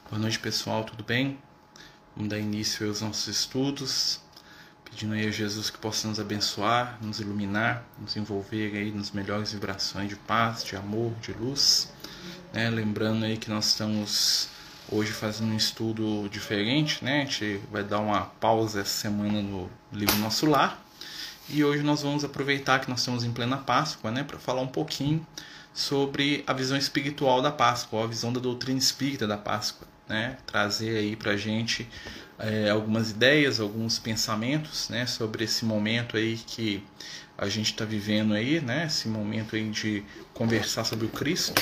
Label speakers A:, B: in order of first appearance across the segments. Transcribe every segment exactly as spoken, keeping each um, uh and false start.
A: Boa noite, pessoal, tudo bem? Vamos dar início aos nossos estudos, pedindo aí a Jesus que possa nos abençoar, nos iluminar, nos envolver aí nas melhores vibrações de paz, de amor, de luz, né? Lembrando aí que nós estamos hoje fazendo um estudo diferente, né? A gente vai dar uma pausa essa semana no livro Nosso Lar, e hoje nós vamos aproveitar que nós estamos em plena Páscoa, né, para falar um pouquinho sobre a visão espiritual da Páscoa, a visão da doutrina espírita da Páscoa, né? Trazer aí pra gente é, algumas ideias, alguns pensamentos, né, sobre esse momento aí que a gente está vivendo aí, né, esse momento aí de conversar sobre o Cristo,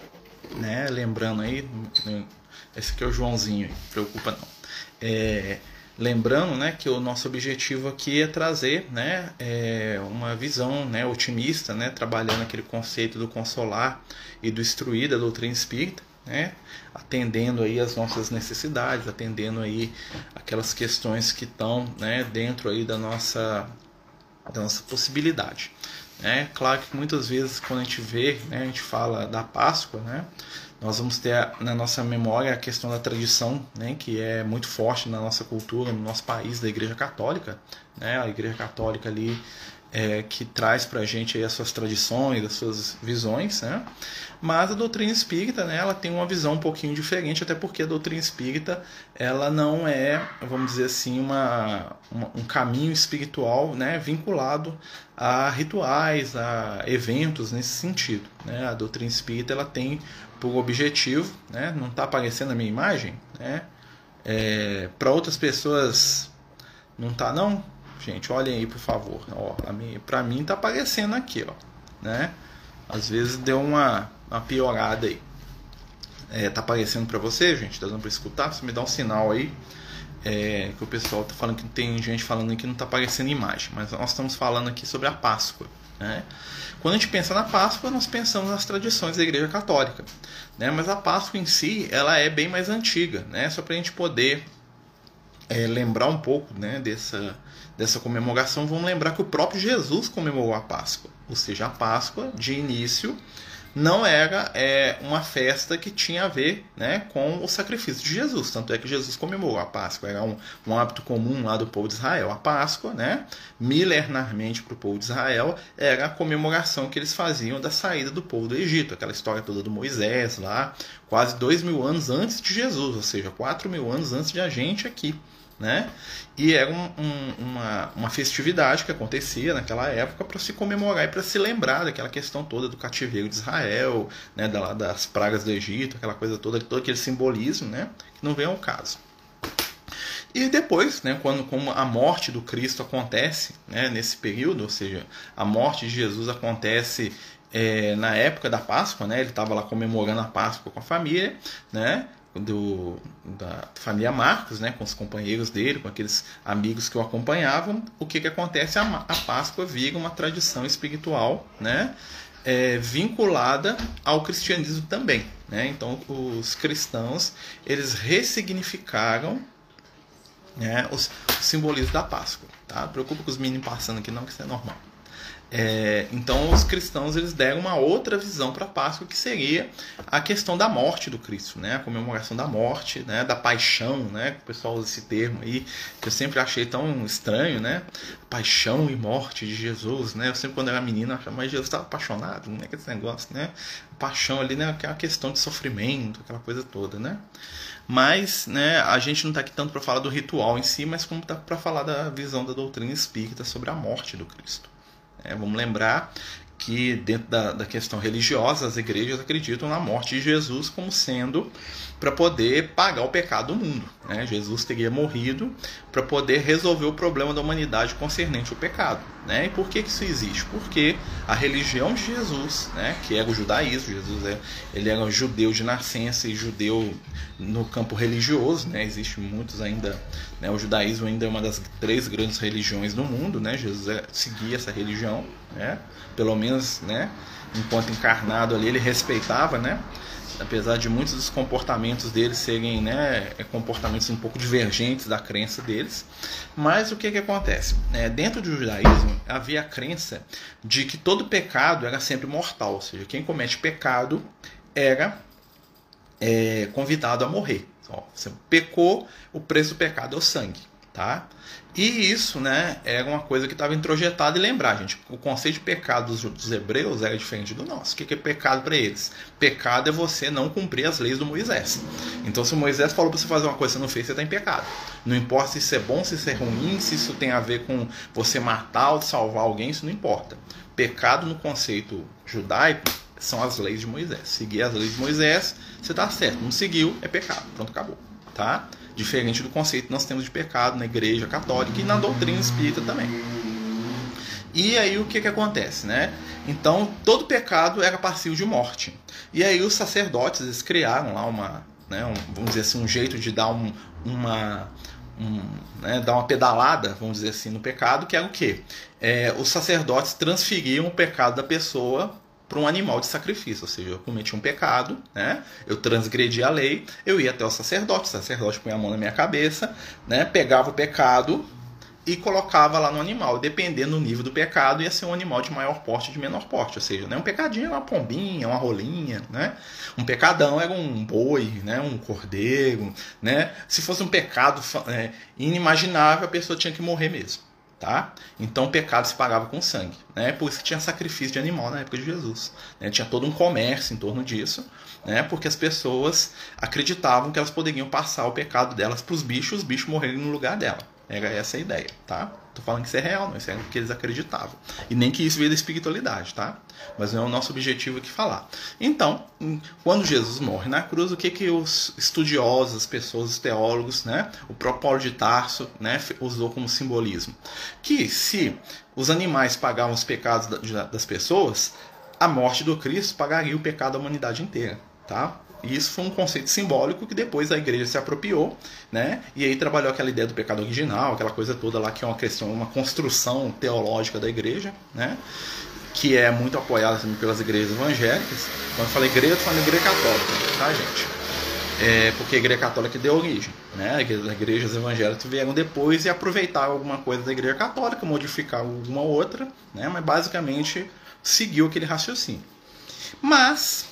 A: né? Lembrando aí, esse aqui é o Joãozinho, não preocupa não. É, lembrando, né, que o nosso objetivo aqui é trazer, né, é, uma visão, né, otimista, né, trabalhando aquele conceito do consolar e do instruir da doutrina espírita, né, atendendo aí as nossas necessidades, atendendo aí aquelas questões que estão, né, dentro aí da nossa, da nossa possibilidade. É claro que muitas vezes quando a gente vê, né, a gente fala da Páscoa, né, nós vamos ter na nossa memória a questão da tradição, né, que é muito forte na nossa cultura, no nosso país, da Igreja Católica, né, a Igreja Católica ali é, que traz para a gente aí as suas tradições, as suas visões, né, mas a doutrina espírita, né, ela tem uma visão um pouquinho diferente, até porque a doutrina espírita ela não é, vamos dizer assim, uma, uma, um caminho espiritual, né, vinculado a rituais, a eventos nesse sentido, né. A doutrina espírita ela tem por objetivo, né, não está aparecendo a minha imagem, né, é, para outras pessoas não está não, gente, olhem aí por favor, ó, para mim está aparecendo aqui, ó, né, às vezes deu uma, uma piorada aí, é, tá aparecendo para você, gente, tá dando para escutar? Você me dá um sinal aí, é, que o pessoal tá falando que tem gente falando aqui que não está aparecendo imagem, mas nós estamos falando aqui sobre a Páscoa, né? Quando a gente pensa na Páscoa, nós pensamos nas tradições da Igreja Católica, né? Mas a Páscoa em si, ela é bem mais antiga, né? Só para a gente poder é, lembrar um pouco, né, dessa, dessa comemoração, vamos lembrar que o próprio Jesus comemorou a Páscoa, ou seja, a Páscoa de início não era é, uma festa que tinha a ver, né, com o sacrifício de Jesus. Tanto é que Jesus comemorou a Páscoa. Era um, um hábito comum lá do povo de Israel. A Páscoa, né, milenarmente para o povo de Israel, era a comemoração que eles faziam da saída do povo do Egito. Aquela história toda do Moisés lá, quase dois mil anos antes de Jesus, ou seja, quatro mil anos antes de a gente aqui, né? E era um, um, uma, uma festividade que acontecia naquela época para se comemorar e para se lembrar daquela questão toda do cativeiro de Israel, né, da, das pragas do Egito, aquela coisa toda, todo aquele simbolismo, né, que não vem ao caso. E depois, né, quando como a morte do Cristo acontece, né, nesse período, ou seja, a morte de Jesus acontece é, na época da Páscoa, né, ele estava lá comemorando a Páscoa com a família, né, Do, da família Marcos, né, com os companheiros dele, com aqueles amigos que o acompanhavam. O que, que acontece? A, a Páscoa vira uma tradição espiritual, né, é, vinculada ao cristianismo também, né? Então os cristãos eles ressignificaram, né, os, os simbolismos da Páscoa, tá? Não preocupa com os meninos passando aqui não, que isso é normal. É, então os cristãos eles deram uma outra visão para a Páscoa, que seria a questão da morte do Cristo, né? A comemoração da morte, né? Da paixão, né? O pessoal usa esse termo aí, que eu sempre achei tão estranho, né? Paixão e morte de Jesus, né? Eu sempre quando era menino achava, mas Jesus estava apaixonado, não é que esse negócio, né? Paixão ali, né? Que é uma questão de sofrimento, aquela coisa toda, né? Mas, né, a gente não está aqui tanto para falar do ritual em si, mas como está para falar da visão da doutrina espírita sobre a morte do Cristo. É, vamos lembrar que dentro da, da questão religiosa, as igrejas acreditam na morte de Jesus como sendo para poder pagar o pecado do mundo, né? Jesus teria morrido para poder resolver o problema da humanidade concernente ao pecado, né? E por que, que isso existe? Porque a religião de Jesus, né, que era o judaísmo, Jesus é, ele era judeu de nascença e judeu no campo religioso, né? Existe muitos ainda, né, o judaísmo ainda é uma das três grandes religiões do mundo, né? Jesus é, seguia essa religião, né? Pelo menos, né, enquanto encarnado ali ele respeitava, né? Apesar de muitos dos comportamentos deles serem, né, comportamentos um pouco divergentes da crença deles. Mas o que, que acontece? É, dentro do judaísmo havia a crença de que todo pecado era sempre mortal, ou seja, quem comete pecado era é, convidado a morrer. Ó, você pecou, o preço do pecado é o sangue, tá? E isso, né, era uma coisa que estava introjetada. E lembrar, gente, o conceito de pecado dos, dos hebreus era diferente do nosso. O que é pecado para eles? Pecado é você não cumprir as leis do Moisés. Então, se o Moisés falou para você fazer uma coisa que você não fez, você está em pecado. Não importa se isso é bom, se isso é ruim, se isso tem a ver com você matar ou salvar alguém, isso não importa. Pecado no conceito judaico são as leis de Moisés. Seguir as leis de Moisés, você está certo. Não seguiu, é pecado. Pronto, acabou. Tá? Diferente do conceito que nós temos de pecado na igreja católica e na doutrina espírita também. E aí o que, que acontece, né? Então, todo pecado era passivo de morte. E aí os sacerdotes, eles criaram lá uma, né, um, vamos dizer assim, um jeito de dar um, uma... Um, né, dar uma pedalada, vamos dizer assim, no pecado, que era o quê? É, os sacerdotes transferiam o pecado da pessoa para um animal de sacrifício, ou seja, eu cometi um pecado, né? Eu transgredi a lei, eu ia até o sacerdote, o sacerdote põe a mão na minha cabeça, né? Pegava o pecado e colocava lá no animal. Dependendo do nível do pecado, ia ser um animal de maior porte ou de menor porte, ou seja, né? Um pecadinho é uma pombinha, uma rolinha, né? Um pecadão era um boi, né? Um cordeiro, né? Se fosse um pecado é, inimaginável, a pessoa tinha que morrer mesmo. Tá? Então o pecado se pagava com sangue, né? Por isso que tinha sacrifício de animal na época de Jesus, né? Tinha todo um comércio em torno disso, né? Porque as pessoas acreditavam que elas poderiam passar o pecado delas para os bichos, os bichos morrerem no lugar dela. Era essa a ideia, tá? Tô falando que isso é real, não, isso é o que eles acreditavam. E nem que isso veio da espiritualidade, tá? Mas não é o nosso objetivo aqui falar. Então, quando Jesus morre na cruz, o que que os estudiosos, as pessoas, os teólogos, né? O próprio Paulo de Tarso, né, usou como simbolismo? Que se os animais pagavam os pecados das pessoas, a morte do Cristo pagaria o pecado da humanidade inteira, tá? E isso foi um conceito simbólico que depois a igreja se apropriou, né? E aí trabalhou aquela ideia do pecado original, aquela coisa toda lá que é uma questão, uma construção teológica da igreja, né? Que é muito apoiada também pelas igrejas evangélicas. Quando eu falo igreja, eu tô falando igreja católica, tá, gente? É porque a igreja católica deu origem, né? As igrejas evangélicas vieram depois e aproveitaram alguma coisa da igreja católica, modificaram alguma outra, né? Mas basicamente seguiu aquele raciocínio. Mas,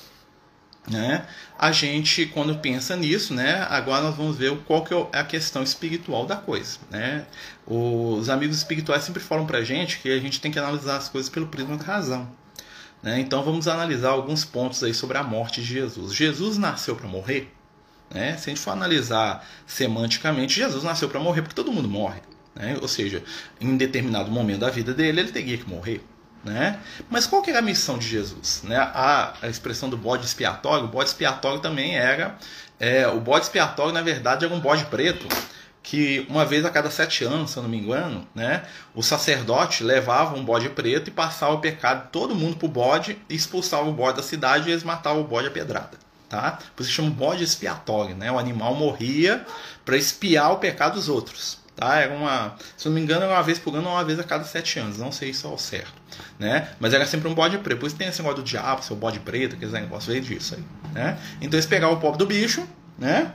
A: né, a gente, quando pensa nisso, né, agora nós vamos ver qual que é a questão espiritual da coisa, né? Os amigos espirituais sempre falam pra gente que a gente tem que analisar as coisas pelo prisma da razão, né? Então vamos analisar alguns pontos aí sobre a morte de Jesus. Jesus nasceu para morrer, né? Se a gente for analisar semanticamente, Jesus nasceu para morrer porque todo mundo morre, né? Ou seja, em determinado momento da vida dele, ele teria que morrer, né? Mas qual que era a missão de Jesus, né? a, a expressão do bode expiatório, o bode expiatório também era é, o bode expiatório na verdade era um bode preto que uma vez a cada sete anos, se eu não me engano, né, o sacerdote levava um bode preto e passava o pecado de todo mundo para o bode e expulsava o bode da cidade e eles matavam o bode a pedrada, tá? Por isso que chama bode expiatório, né? O animal morria para expiar o pecado dos outros. Tá? Era uma, se não me engano, era uma vez por ano ou uma vez a cada sete anos. Não sei se é o certo, né? Mas era sempre um bode preto. Por isso tem esse negócio do diabo, seu bode preto, aqueles negócios, veio disso aí, né? Então eles pegavam o pobre do bicho, né?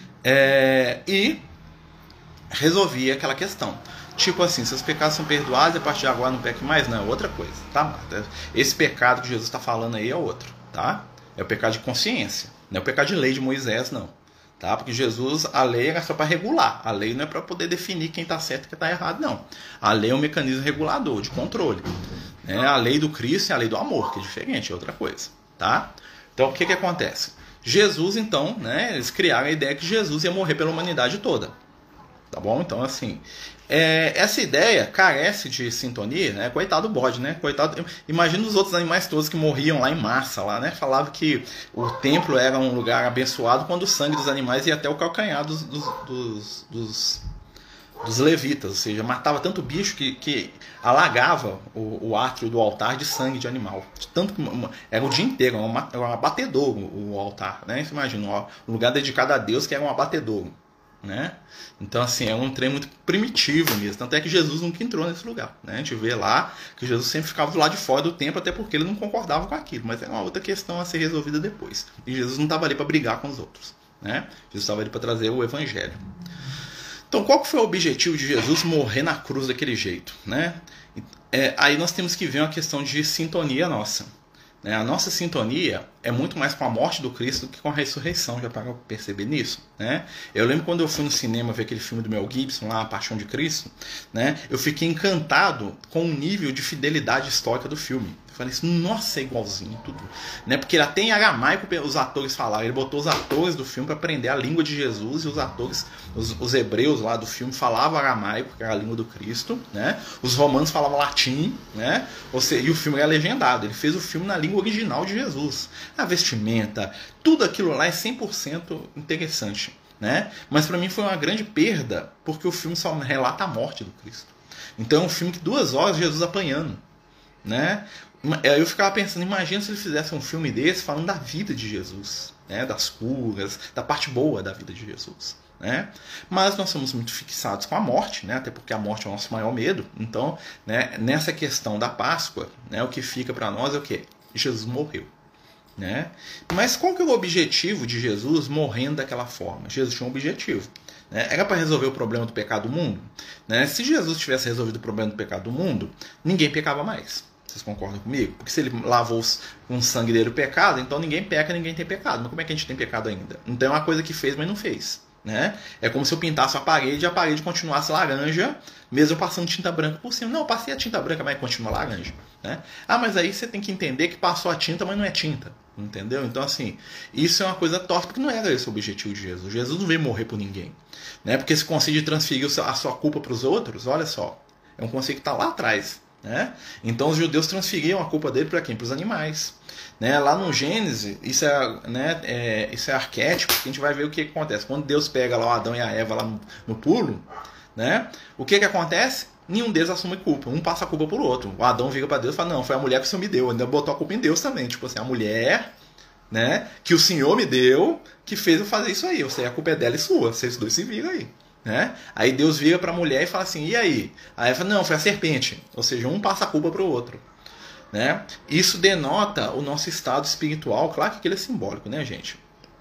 A: É, e resolvia aquela questão. Tipo assim, seus pecados são perdoados e a partir de agora não peque mais? Não, é outra coisa, tá? Esse pecado que Jesus está falando aí é outro, tá? É o pecado de consciência. Não é o pecado de lei de Moisés, não. Tá? Porque Jesus, a lei era só para regular. A lei não é para poder definir quem está certo e quem está errado, não. A lei é um mecanismo regulador, de controle. Né? A lei do Cristo é a lei do amor, que é diferente, é outra coisa. Tá? Então, o que, que acontece? Jesus, então, né, eles criaram a ideia que Jesus ia morrer pela humanidade toda. Tá bom? Então, assim, é, essa ideia carece de sintonia, né? Coitado do bode, né? Coitado, imagina os outros animais todos que morriam lá em massa, lá, né? Falava que o templo era um lugar abençoado quando o sangue dos animais ia até o calcanhar dos, dos, dos, dos, dos levitas, ou seja, matava tanto bicho que, que alagava o, o átrio do altar de sangue de animal. Tanto que era o dia inteiro, era, uma, era um abatedouro o altar, né? Você imagina, ó, um lugar dedicado a Deus que era um abatedouro. Né? Então, assim, é um trem muito primitivo mesmo. Tanto é que Jesus nunca entrou nesse lugar, né? A gente vê lá que Jesus sempre ficava do lado de fora do templo, até porque ele não concordava com aquilo. Mas é uma outra questão a ser resolvida depois. E Jesus não estava ali para brigar com os outros, né? Jesus estava ali para trazer o evangelho. Então, qual que foi o objetivo de Jesus morrer na cruz daquele jeito, né? É, aí nós temos que ver uma questão de sintonia nossa. A nossa sintonia é muito mais com a morte do Cristo do que com a ressurreição, já para perceber nisso, né? Eu lembro quando eu fui no cinema ver aquele filme do Mel Gibson, lá, A Paixão de Cristo, né? Eu fiquei encantado com o nível de fidelidade histórica do filme. Eu falei assim, nossa, é igualzinho tudo, né? Porque até em aramaico os atores falaram, ele botou os atores do filme para aprender a língua de Jesus, e os atores, os, os hebreus lá do filme falavam aramaico, que era a língua do Cristo, né? Os romanos falavam latim, né? Ou seja, e o filme era legendado, ele fez o filme na língua original de Jesus. A vestimenta, tudo aquilo lá é cem por cento interessante, né? Mas para mim foi uma grande perda, porque o filme só relata a morte do Cristo. Então é um filme que duas horas Jesus apanhando, né? Eu ficava pensando, imagina se ele fizesse um filme desse falando da vida de Jesus, né? Das curas, da parte boa da vida de Jesus, né? Mas nós somos muito fixados com a morte, né? Até porque a morte é o nosso maior medo. Então, né, nessa questão da Páscoa, né, o que fica para nós é o quê? Jesus morreu, né? Mas qual que é o objetivo de Jesus morrendo daquela forma? Jesus tinha um objetivo, né? Era para resolver o problema do pecado do mundo, né? Se Jesus tivesse resolvido o problema do pecado do mundo, ninguém pecava mais. Vocês concordam comigo? Porque se ele lavou com o sangue dele o pecado, então ninguém peca, ninguém tem pecado. Mas como é que a gente tem pecado ainda? Então é uma coisa que fez, mas não fez, né? É como se eu pintasse a parede e a parede continuasse laranja, mesmo eu passando tinta branca por cima. Não, eu passei a tinta branca, mas continua laranja, né? Ah, mas aí você tem que entender que passou a tinta, mas não é tinta, entendeu? Então, assim, isso é uma coisa torta, porque não era esse o objetivo de Jesus. Jesus não veio morrer por ninguém, né? Porque esse conceito de transferir a sua culpa para os outros, olha só, é um conceito que está lá atrás, né? Então os judeus transferiam a culpa dele para quem? Para os animais, né? Lá no Gênesis, isso é, né, é, isso é arquétipo, que a gente vai ver o que, que acontece. Quando Deus pega lá o Adão e a Eva lá no, no pulo, né? O que, que acontece? Nenhum deles assume culpa, um passa a culpa pro outro. O Adão vira para Deus e fala, não, foi a mulher que o Senhor me deu, ainda botou a culpa em Deus também, tipo assim, a mulher, né, que o Senhor me deu, que fez eu fazer isso aí, ou seja, a culpa é dela e sua, vocês dois se viram aí. Né? Aí Deus vira para a mulher e fala assim, e aí? Aí ela fala, não, foi a serpente. Ou seja, um passa a culpa para o outro, né? Isso denota o nosso estado espiritual. Claro que aquilo é simbólico, né, gente?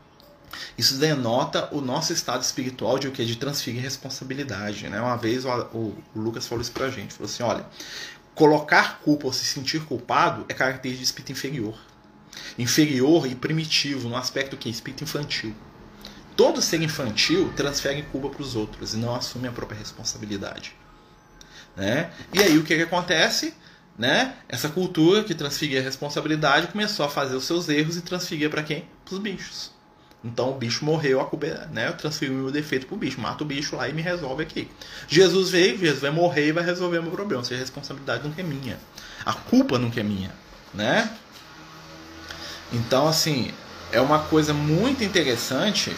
A: Isso denota o nosso estado espiritual de o que? De transferir responsabilidade, né? Uma vez o, o, o Lucas falou isso pra gente, falou assim, olha, colocar culpa ou se sentir culpado é característica de espírito inferior. Inferior e primitivo, no aspecto que é espírito infantil. Todo ser infantil transfere culpa para os outros e não assume a própria responsabilidade, né? E aí o que, que acontece? Né? Essa cultura que transferia a responsabilidade começou a fazer os seus erros e transferia para quem? Para os bichos. Então o bicho morreu, a culpa, né? Eu transferi o meu defeito para o bicho, mata o bicho lá e me resolve aqui. Jesus veio, Jesus vai morrer e vai resolver o meu problema. Ou seja, a responsabilidade nunca é minha, a culpa nunca é minha, né? Então, assim, é uma coisa muito interessante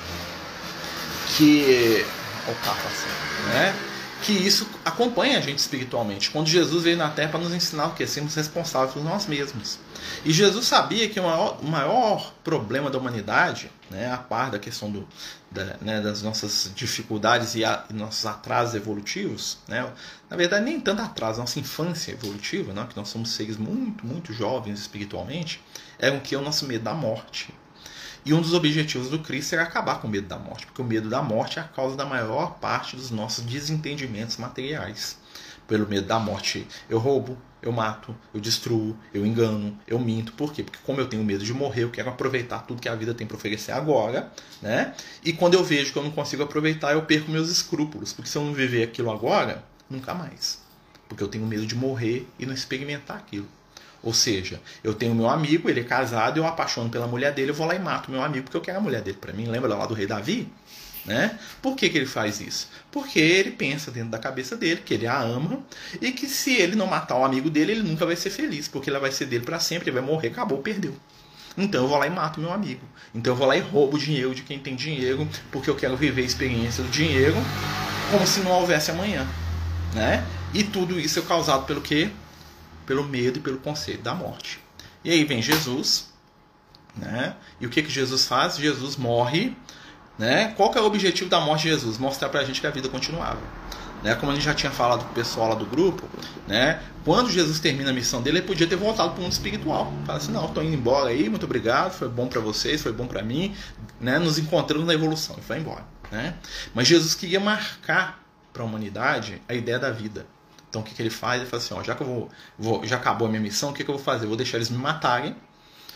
A: que opa, né? Que isso acompanha a gente espiritualmente. Quando Jesus veio na Terra para nos ensinar o que? Sermos responsáveis por nós mesmos. E Jesus sabia que o maior, o maior problema da humanidade, né, a par da questão do, da, né, das nossas dificuldades e, a, e nossos atrasos evolutivos, né, na verdade nem tanto atraso, nossa infância evolutiva, né, que nós somos seres muito, muito jovens espiritualmente, é o que é o nosso medo da morte. E um dos objetivos do Cristo era acabar com o medo da morte, porque o medo da morte é a causa da maior parte dos nossos desentendimentos materiais. Pelo medo da morte, eu roubo, eu mato, eu destruo, eu engano, eu minto. Por quê? Porque como eu tenho medo de morrer, eu quero aproveitar tudo que a vida tem para oferecer agora, né? E quando eu vejo que eu não consigo aproveitar, eu perco meus escrúpulos, porque se eu não viver aquilo agora, nunca mais. Porque eu tenho medo de morrer e não experimentar aquilo. Ou seja, eu tenho meu amigo, ele é casado, eu apaixono pela mulher dele, eu vou lá e mato meu amigo porque eu quero a mulher dele para mim. Lembra lá do rei Davi? Né? Por que, que ele faz isso? Porque ele pensa dentro da cabeça dele que ele a ama e que se ele não matar o amigo dele, ele nunca vai ser feliz, porque ela vai ser dele para sempre, ele vai morrer, acabou, perdeu. Então eu vou lá e mato meu amigo. Então eu vou lá e roubo o dinheiro de quem tem dinheiro, porque eu quero viver a experiência do dinheiro como se não houvesse amanhã. Né? E tudo isso é causado pelo quê? Pelo medo e pelo conceito da morte. E aí vem Jesus, né? E o que que Jesus faz? Jesus morre, né? Qual que é o objetivo da morte de Jesus? Mostrar pra gente que a vida continuava, né? Como a gente já tinha falado com o pessoal lá do grupo, né? Quando Jesus termina a missão dele, ele podia ter voltado para o mundo espiritual. Fala assim, não, estou indo embora aí, muito obrigado, foi bom para vocês, foi bom para mim, né? Nos encontramos na evolução, e foi embora, né? Mas Jesus queria marcar para a humanidade a ideia da vida. Então o que, que ele faz? Ele fala assim, ó, já que eu vou, vou, já acabou a minha missão, o que, que eu vou fazer? Eu vou deixar eles me matarem,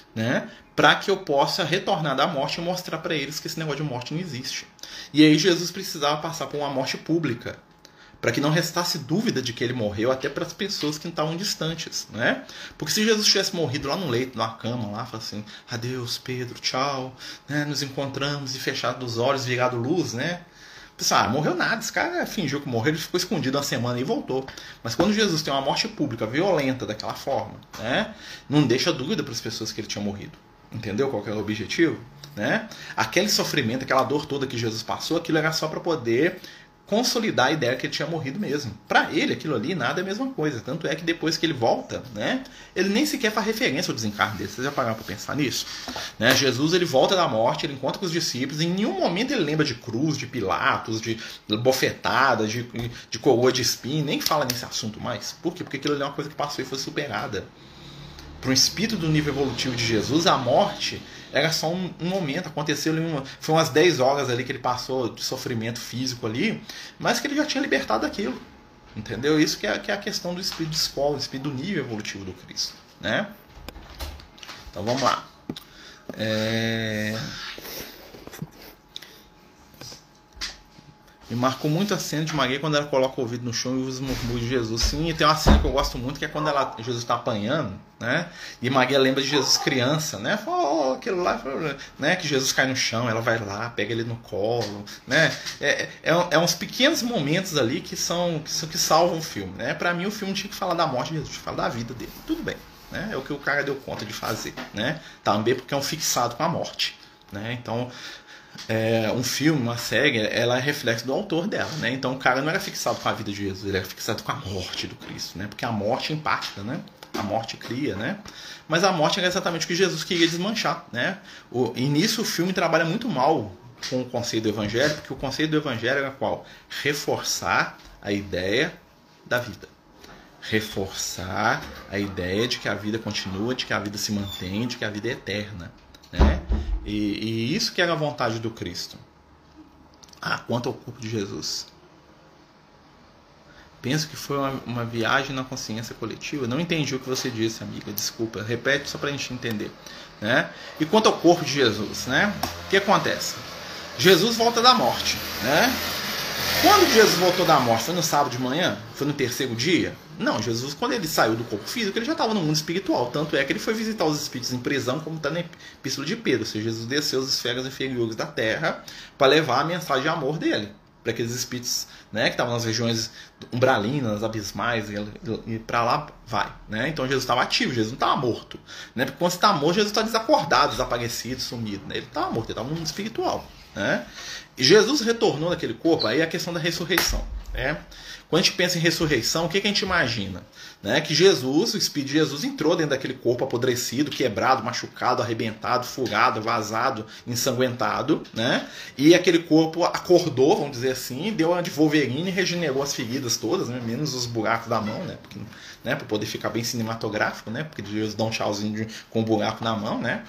A: né? Para que eu possa retornar da morte e mostrar para eles que esse negócio de morte não existe. E aí Jesus precisava passar por uma morte pública, para que não restasse dúvida de que ele morreu, até para as pessoas que estavam distantes, né? Porque se Jesus tivesse morrido lá no leito, na cama, lá, falando assim, adeus Pedro, tchau, né? Nos encontramos e fechado os olhos, virado luz, né? Pessoal, ah, morreu nada, esse cara fingiu que morreu, ele ficou escondido uma semana e voltou. Mas quando Jesus tem uma morte pública, violenta, daquela forma, né? Não deixa dúvida para as pessoas que ele tinha morrido. Entendeu qual que é o objetivo? Né? Aquele sofrimento, aquela dor toda que Jesus passou, aquilo era só para poder consolidar a ideia que ele tinha morrido mesmo. Para ele, aquilo ali nada é a mesma coisa. Tanto é que depois que ele volta, né, ele nem sequer faz referência ao desencarne dele. Vocês já pararam para pensar nisso? Né? Jesus ele volta da morte, ele encontra com os discípulos, e em nenhum momento ele lembra de cruz, de Pilatos, de bofetada, de, de coroa de espinho, nem fala nesse assunto mais. Por quê? Porque aquilo ali é uma coisa que passou e foi superada. Para um espírito do nível evolutivo de Jesus, a morte era só um, um momento, aconteceu ali uma, foi umas dez horas ali que ele passou de sofrimento físico ali, mas que ele já tinha libertado daquilo, entendeu? Isso que é, que é a questão do espírito de escola, do espírito do nível evolutivo do Cristo, né? Então vamos lá. É... Me marcou muito a cena de Maria quando ela coloca o ouvido no chão e usa os murmúrios de Jesus. Sim, e tem uma cena que eu gosto muito, que é quando ela, Jesus está apanhando, né? E Maria lembra de Jesus criança, né? Fala, oh, aquilo lá, né? Que Jesus cai no chão, ela vai lá, pega ele no colo, né? É, é, é uns pequenos momentos ali que são que, são, que salvam o filme, né? Para mim o filme tinha que falar da morte de Jesus, tinha que falar da vida dele. Tudo bem, né? É o que o cara deu conta de fazer, né? Também porque é um fixado com a morte, né? Então É, um filme, uma série, ela é reflexo do autor dela, né? Então o cara não era fixado com a vida de Jesus, ele era fixado com a morte do Cristo, né? Porque a morte impacta, né? A morte cria, né? Mas a morte era exatamente o que Jesus queria desmanchar, né? O, e nisso o filme trabalha muito mal com o conceito do evangelho, porque o conceito do evangelho era qual? Reforçar a ideia da vida. Reforçar a ideia de que a vida continua, de que a vida se mantém, de que a vida é eterna, né? E, e isso que era a vontade do Cristo. Ah, quanto ao corpo de Jesus. Penso que foi uma, uma viagem na consciência coletiva. Não entendi o que você disse, amiga. Desculpa. Repete só para a gente entender. Né? E quanto ao corpo de Jesus, né? O que acontece? Jesus volta da morte, né? Quando Jesus voltou da morte? Foi no sábado de manhã? Foi no terceiro dia? Não, Jesus, quando ele saiu do corpo físico, ele já estava no mundo espiritual. Tanto é que ele foi visitar os espíritos em prisão, como está na Epístola de Pedro. Ou seja, Jesus desceu as esferas inferiores da terra para levar a mensagem de amor dele para aqueles espíritos, né, que estavam nas regiões umbralinas, abismais, e, e para lá vai. Né? Então Jesus estava ativo, Jesus não estava morto. Né? Porque quando você está morto, Jesus está desacordado, desaparecido, sumido. Né? Ele estava morto, ele estava no mundo espiritual. Né? E Jesus retornou naquele corpo, aí é a questão da ressurreição. Né? Quando a gente pensa em ressurreição, o que, que a gente imagina? Né? Que Jesus, o Espírito de Jesus, entrou dentro daquele corpo apodrecido, quebrado, machucado, arrebentado, furado, vazado, ensanguentado, né? E aquele corpo acordou, vamos dizer assim, deu uma de Wolverine e regenerou as feridas todas, né? Menos os buracos da mão, né? Porque, né? Para poder ficar bem cinematográfico, né? Porque Jesus dá um tchauzinho de, com um buraco na mão, né?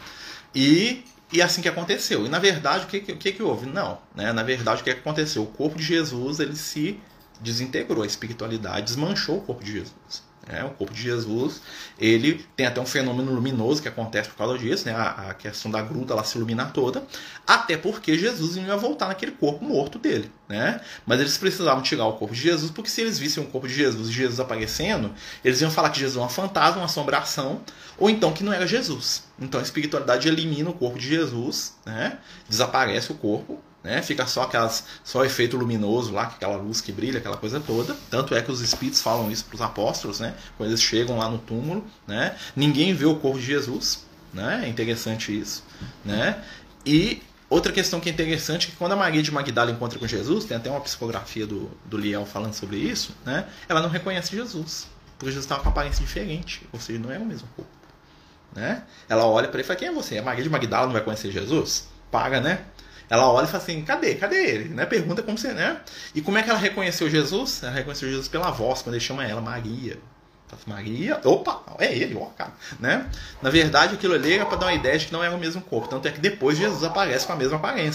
A: E E assim que aconteceu. E na verdade, o que, o que, que houve? Não. Né? Na verdade, o que, que aconteceu? O corpo de Jesus ele se desintegrou. A espiritualidade desmanchou o corpo de Jesus. Né? O corpo de Jesus ele tem até um fenômeno luminoso que acontece por causa disso. Né? A, a questão da gruta ela se ilumina toda. Até porque Jesus não ia voltar naquele corpo morto dele. Né? Mas eles precisavam tirar o corpo de Jesus, porque se eles vissem o corpo de Jesus e Jesus aparecendo, eles iam falar que Jesus é um fantasma, uma assombração, ou então que não era Jesus. Então a espiritualidade elimina o corpo de Jesus, né? Desaparece o corpo, né? Fica só, aquelas, só o efeito luminoso lá, aquela luz que brilha, aquela coisa toda. Tanto é que os espíritos falam isso para os apóstolos, né? Quando eles chegam lá no túmulo, né? Ninguém vê o corpo de Jesus, né? É interessante isso, né? E outra questão que é interessante é que quando a Maria de Magdala encontra com Jesus, tem até uma psicografia do, do Liel falando sobre isso, né? Ela não reconhece Jesus, porque Jesus estava com uma aparência diferente, ou seja, não é o mesmo corpo. Né? Ela olha para ele e fala, quem é você? A Maria de Magdala não vai conhecer Jesus? Paga, né? Ela olha e fala assim, cadê? Cadê ele? Né? Pergunta como você, né? E como é que ela reconheceu Jesus? Ela reconheceu Jesus pela voz, quando ele chama ela Maria. Maria, opa, é ele, ó, cara. Né? Na verdade, aquilo ali era para dar uma ideia de que não era o mesmo corpo. Tanto é que depois Jesus aparece com a mesma aparência.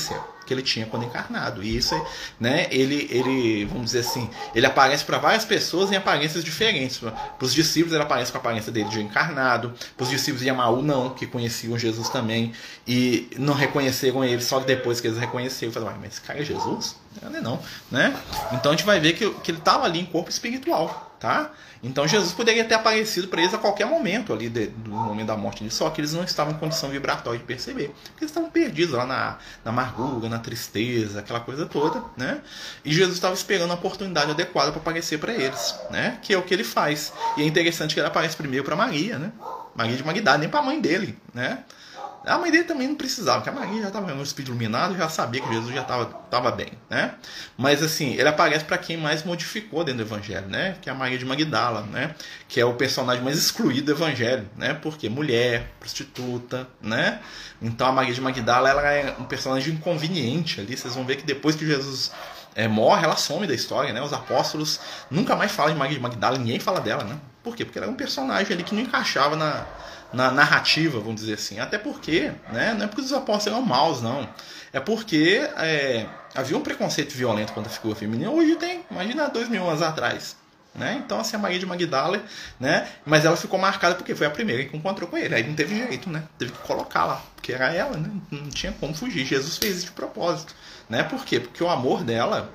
A: que ele tinha quando encarnado. E isso, né, ele, ele, vamos dizer assim, ele aparece para várias pessoas em aparências diferentes. Para os discípulos ele aparece com a aparência dele de encarnado, para os discípulos de Emaú não, que conheciam Jesus também e não reconheceram ele, só depois que eles reconheceram, falaram, mas esse cara é Jesus? Não é não, né? Então a gente vai ver que, que ele estava ali em corpo espiritual, tá? Então Jesus poderia ter aparecido para eles a qualquer momento ali de, do momento da morte deles, só que eles não estavam em condição vibratória de perceber, porque eles estavam perdidos lá na, na amargura, na tristeza, aquela coisa toda, né? E Jesus estava esperando a oportunidade adequada para aparecer para eles, né? Que é o que ele faz. E é interessante que ele aparece primeiro para Maria, né? Maria de Magdala, nem para a mãe dele, né? A mãe dele também não precisava, porque a Maria já estava no espírito iluminado, já sabia que Jesus já estava bem, né? Mas assim, ele aparece para quem mais modificou dentro do evangelho, né? Que é a Maria de Magdala, né? Que é o personagem mais excluído do evangelho, né? Porque mulher, prostituta, né? Então a Maria de Magdala, ela é um personagem inconveniente ali. Vocês vão ver que depois que Jesus é, morre, ela some da história, né? Os apóstolos nunca mais falam de Maria de Magdala, ninguém fala dela, né? Por quê? Porque ela é um personagem ali que não encaixava na... na narrativa, vamos dizer assim. Até porque, né, não é porque os apóstolos eram maus, não. É porque é, havia um preconceito violento contra a figura feminina. Hoje tem, imagina dois mil anos atrás. Né? Então, assim, a Maria de Magdala, né, mas ela ficou marcada porque foi a primeira que encontrou com ele. Aí não teve jeito, né? Teve que colocar lá, porque era ela, né? Não tinha como fugir. Jesus fez isso de propósito. Né? Por quê? Porque o amor dela,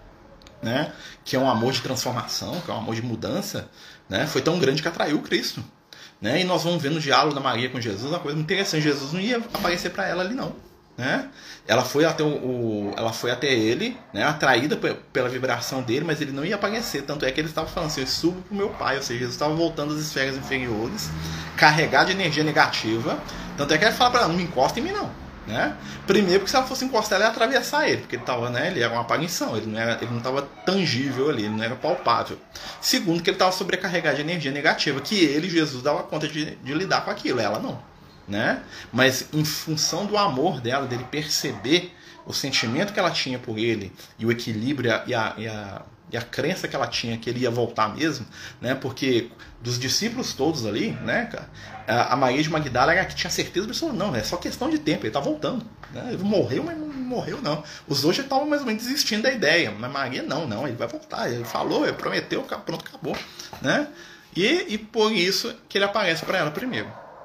A: né, que é um amor de transformação, que é um amor de mudança, né, foi tão grande que atraiu o Cristo. Né? E nós vamos ver no diálogo da Maria com Jesus uma coisa muito interessante. Jesus não ia aparecer para ela ali, não. Né? Ela foi até, o, o, ela foi até ele, né? Atraída pela vibração dele, mas ele não ia aparecer. Tanto é que ele estava falando assim, eu subo para o meu pai. Ou seja, Jesus estava voltando às esferas inferiores, carregado de energia negativa. Tanto é que ele fala para ela, não me encosta em mim não. Né? Primeiro porque se ela fosse encostar, ela ia atravessar ele, porque ele, tava, né, ele era uma aparição, ele não era, ele não estava tangível ali, ele não era palpável. Segundo, que ele estava sobrecarregado de energia negativa, que ele, Jesus, dava conta de, de lidar com aquilo, ela não. Né? Mas em função do amor dela, dele perceber o sentimento que ela tinha por ele, e o equilíbrio e a, e a, e a crença que ela tinha que ele ia voltar mesmo, né? Porque dos discípulos todos ali, né, cara, a Maria de Magdala era a que tinha certeza absoluta, não, é só questão de tempo, ele está voltando. Né? Ele morreu, mas não morreu, não. Os outros já estavam mais ou menos desistindo da ideia, mas Maria não, não, ele vai voltar, ele falou, ele prometeu, pronto, acabou. Né? E, e por isso que ele aparece para ela primeiro.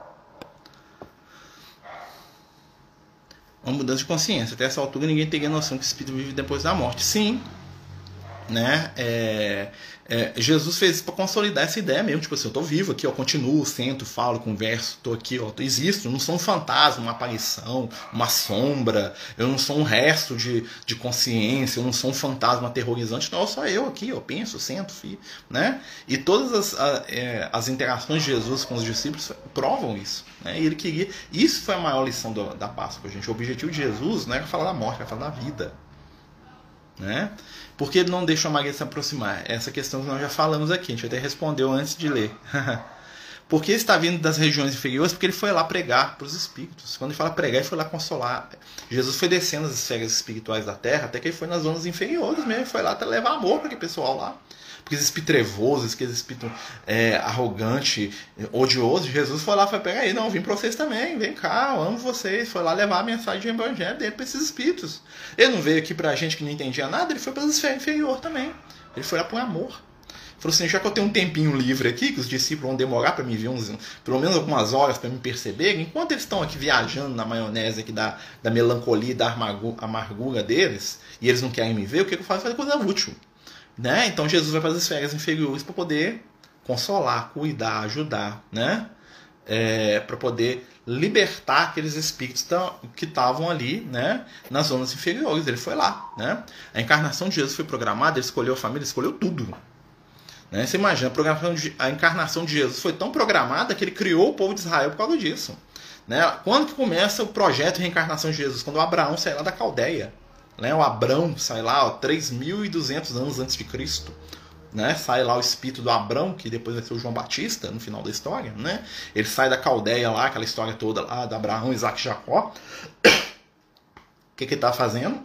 A: Uma mudança de consciência. Até essa altura ninguém teria noção que o espírito vive depois da morte. Sim, né? É, é, Jesus fez isso para consolidar essa ideia mesmo. Tipo assim, eu tô vivo aqui, eu continuo, sento, falo, converso, tô aqui, ó, existo. Eu não sou um fantasma, uma aparição, uma sombra. Eu não sou um resto de, de consciência. Eu não sou um fantasma aterrorizante. Não, só eu aqui, eu penso, sento, filho, né? E todas as, a, é, as interações de Jesus com os discípulos provam isso. Né? E ele queria. Isso foi a maior lição do, da Páscoa, gente. O objetivo de Jesus não era falar da morte, era falar da vida. Né? Porque ele não deixa a Maria se aproximar? Essa questão que nós já falamos aqui, a gente até respondeu antes de ler. Porque ele está vindo das regiões inferiores? Porque ele foi lá pregar para os espíritos. Quando ele fala pregar, ele foi lá consolar. Jesus foi descendo as esferas espirituais da terra, até que ele foi nas zonas inferiores mesmo, ele foi lá até levar amor para aquele pessoal lá. Porque esse espírito trevoso, esse espírito é, arrogante, odioso, Jesus foi lá e falou, pega aí, não, vim para vocês também, vem cá, eu amo vocês. Foi lá levar a mensagem de evangelho dele para esses espíritos. Ele não veio aqui para a gente que não entendia nada, ele foi para as esferas inferiores também. Ele foi lá por amor. Ele falou assim, já que eu tenho um tempinho livre aqui, que os discípulos vão demorar para me ver uns, pelo menos algumas horas para me perceber, enquanto eles estão aqui viajando na maionese aqui da, da melancolia e da amargura, amargura deles, e eles não querem me ver, o que eu faço? Fazer coisa útil. Né? Então Jesus vai para as esferas inferiores para poder consolar, cuidar, ajudar, né? É, para poder libertar aqueles espíritos que estavam ali, né? Nas zonas inferiores. Ele foi lá, né? A encarnação de Jesus foi programada, ele escolheu a família, ele escolheu tudo. Né? Você imagina, a, programação de, a encarnação de Jesus foi tão programada que ele criou o povo de Israel por causa disso. Né? Quando que começa o projeto de reencarnação de Jesus? Quando o Abraão sai lá da Caldeia. Né? O Abrão sai lá, ó, três mil e duzentos anos antes de Cristo. Né? Sai lá o espírito do Abrão, que depois vai ser o João Batista no final da história. Né? Ele sai da Caldeia lá, aquela história toda lá de Abraão, Isaac e Jacó. O que, que ele está fazendo?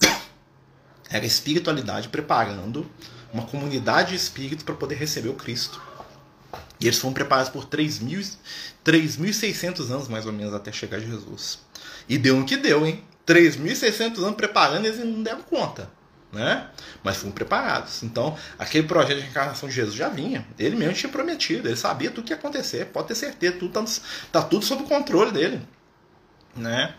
A: Era espiritualidade preparando uma comunidade de espíritos para poder receber o Cristo. E eles foram preparados por três mil e seiscentos anos, mais ou menos, até chegar Jesus. E deu no que deu, hein? três mil e seiscentos anos preparando e eles não deram conta, né? Mas foram preparados. Então, aquele projeto de reencarnação de Jesus já vinha. Ele mesmo tinha prometido, ele sabia tudo que ia acontecer, pode ter certeza, tudo tá, tá tudo sob o controle dele, né?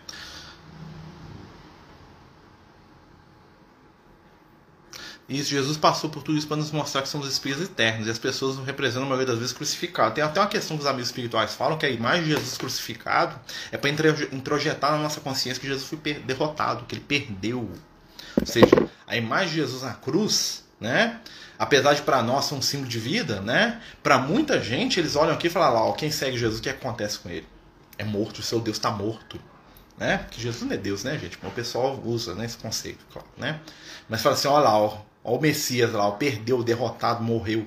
A: E Jesus passou por tudo isso para nos mostrar que somos espíritos eternos. E as pessoas nos representam, a maioria das vezes, crucificados. Tem até uma questão que os amigos espirituais falam, que a imagem de Jesus crucificado é para introjetar na nossa consciência que Jesus foi derrotado, que ele perdeu. Ou seja, a imagem de Jesus na cruz, né, apesar de para nós ser um símbolo de vida, né, para muita gente, eles olham aqui e falam lá, ó, quem segue Jesus, o que acontece com ele? É morto, o seu Deus está morto. Né? Porque Jesus não é Deus, né, gente? O pessoal usa, né, esse conceito, claro, né? Mas fala assim, olha lá, ó, ó, o Messias lá, ó, perdeu, derrotado, morreu.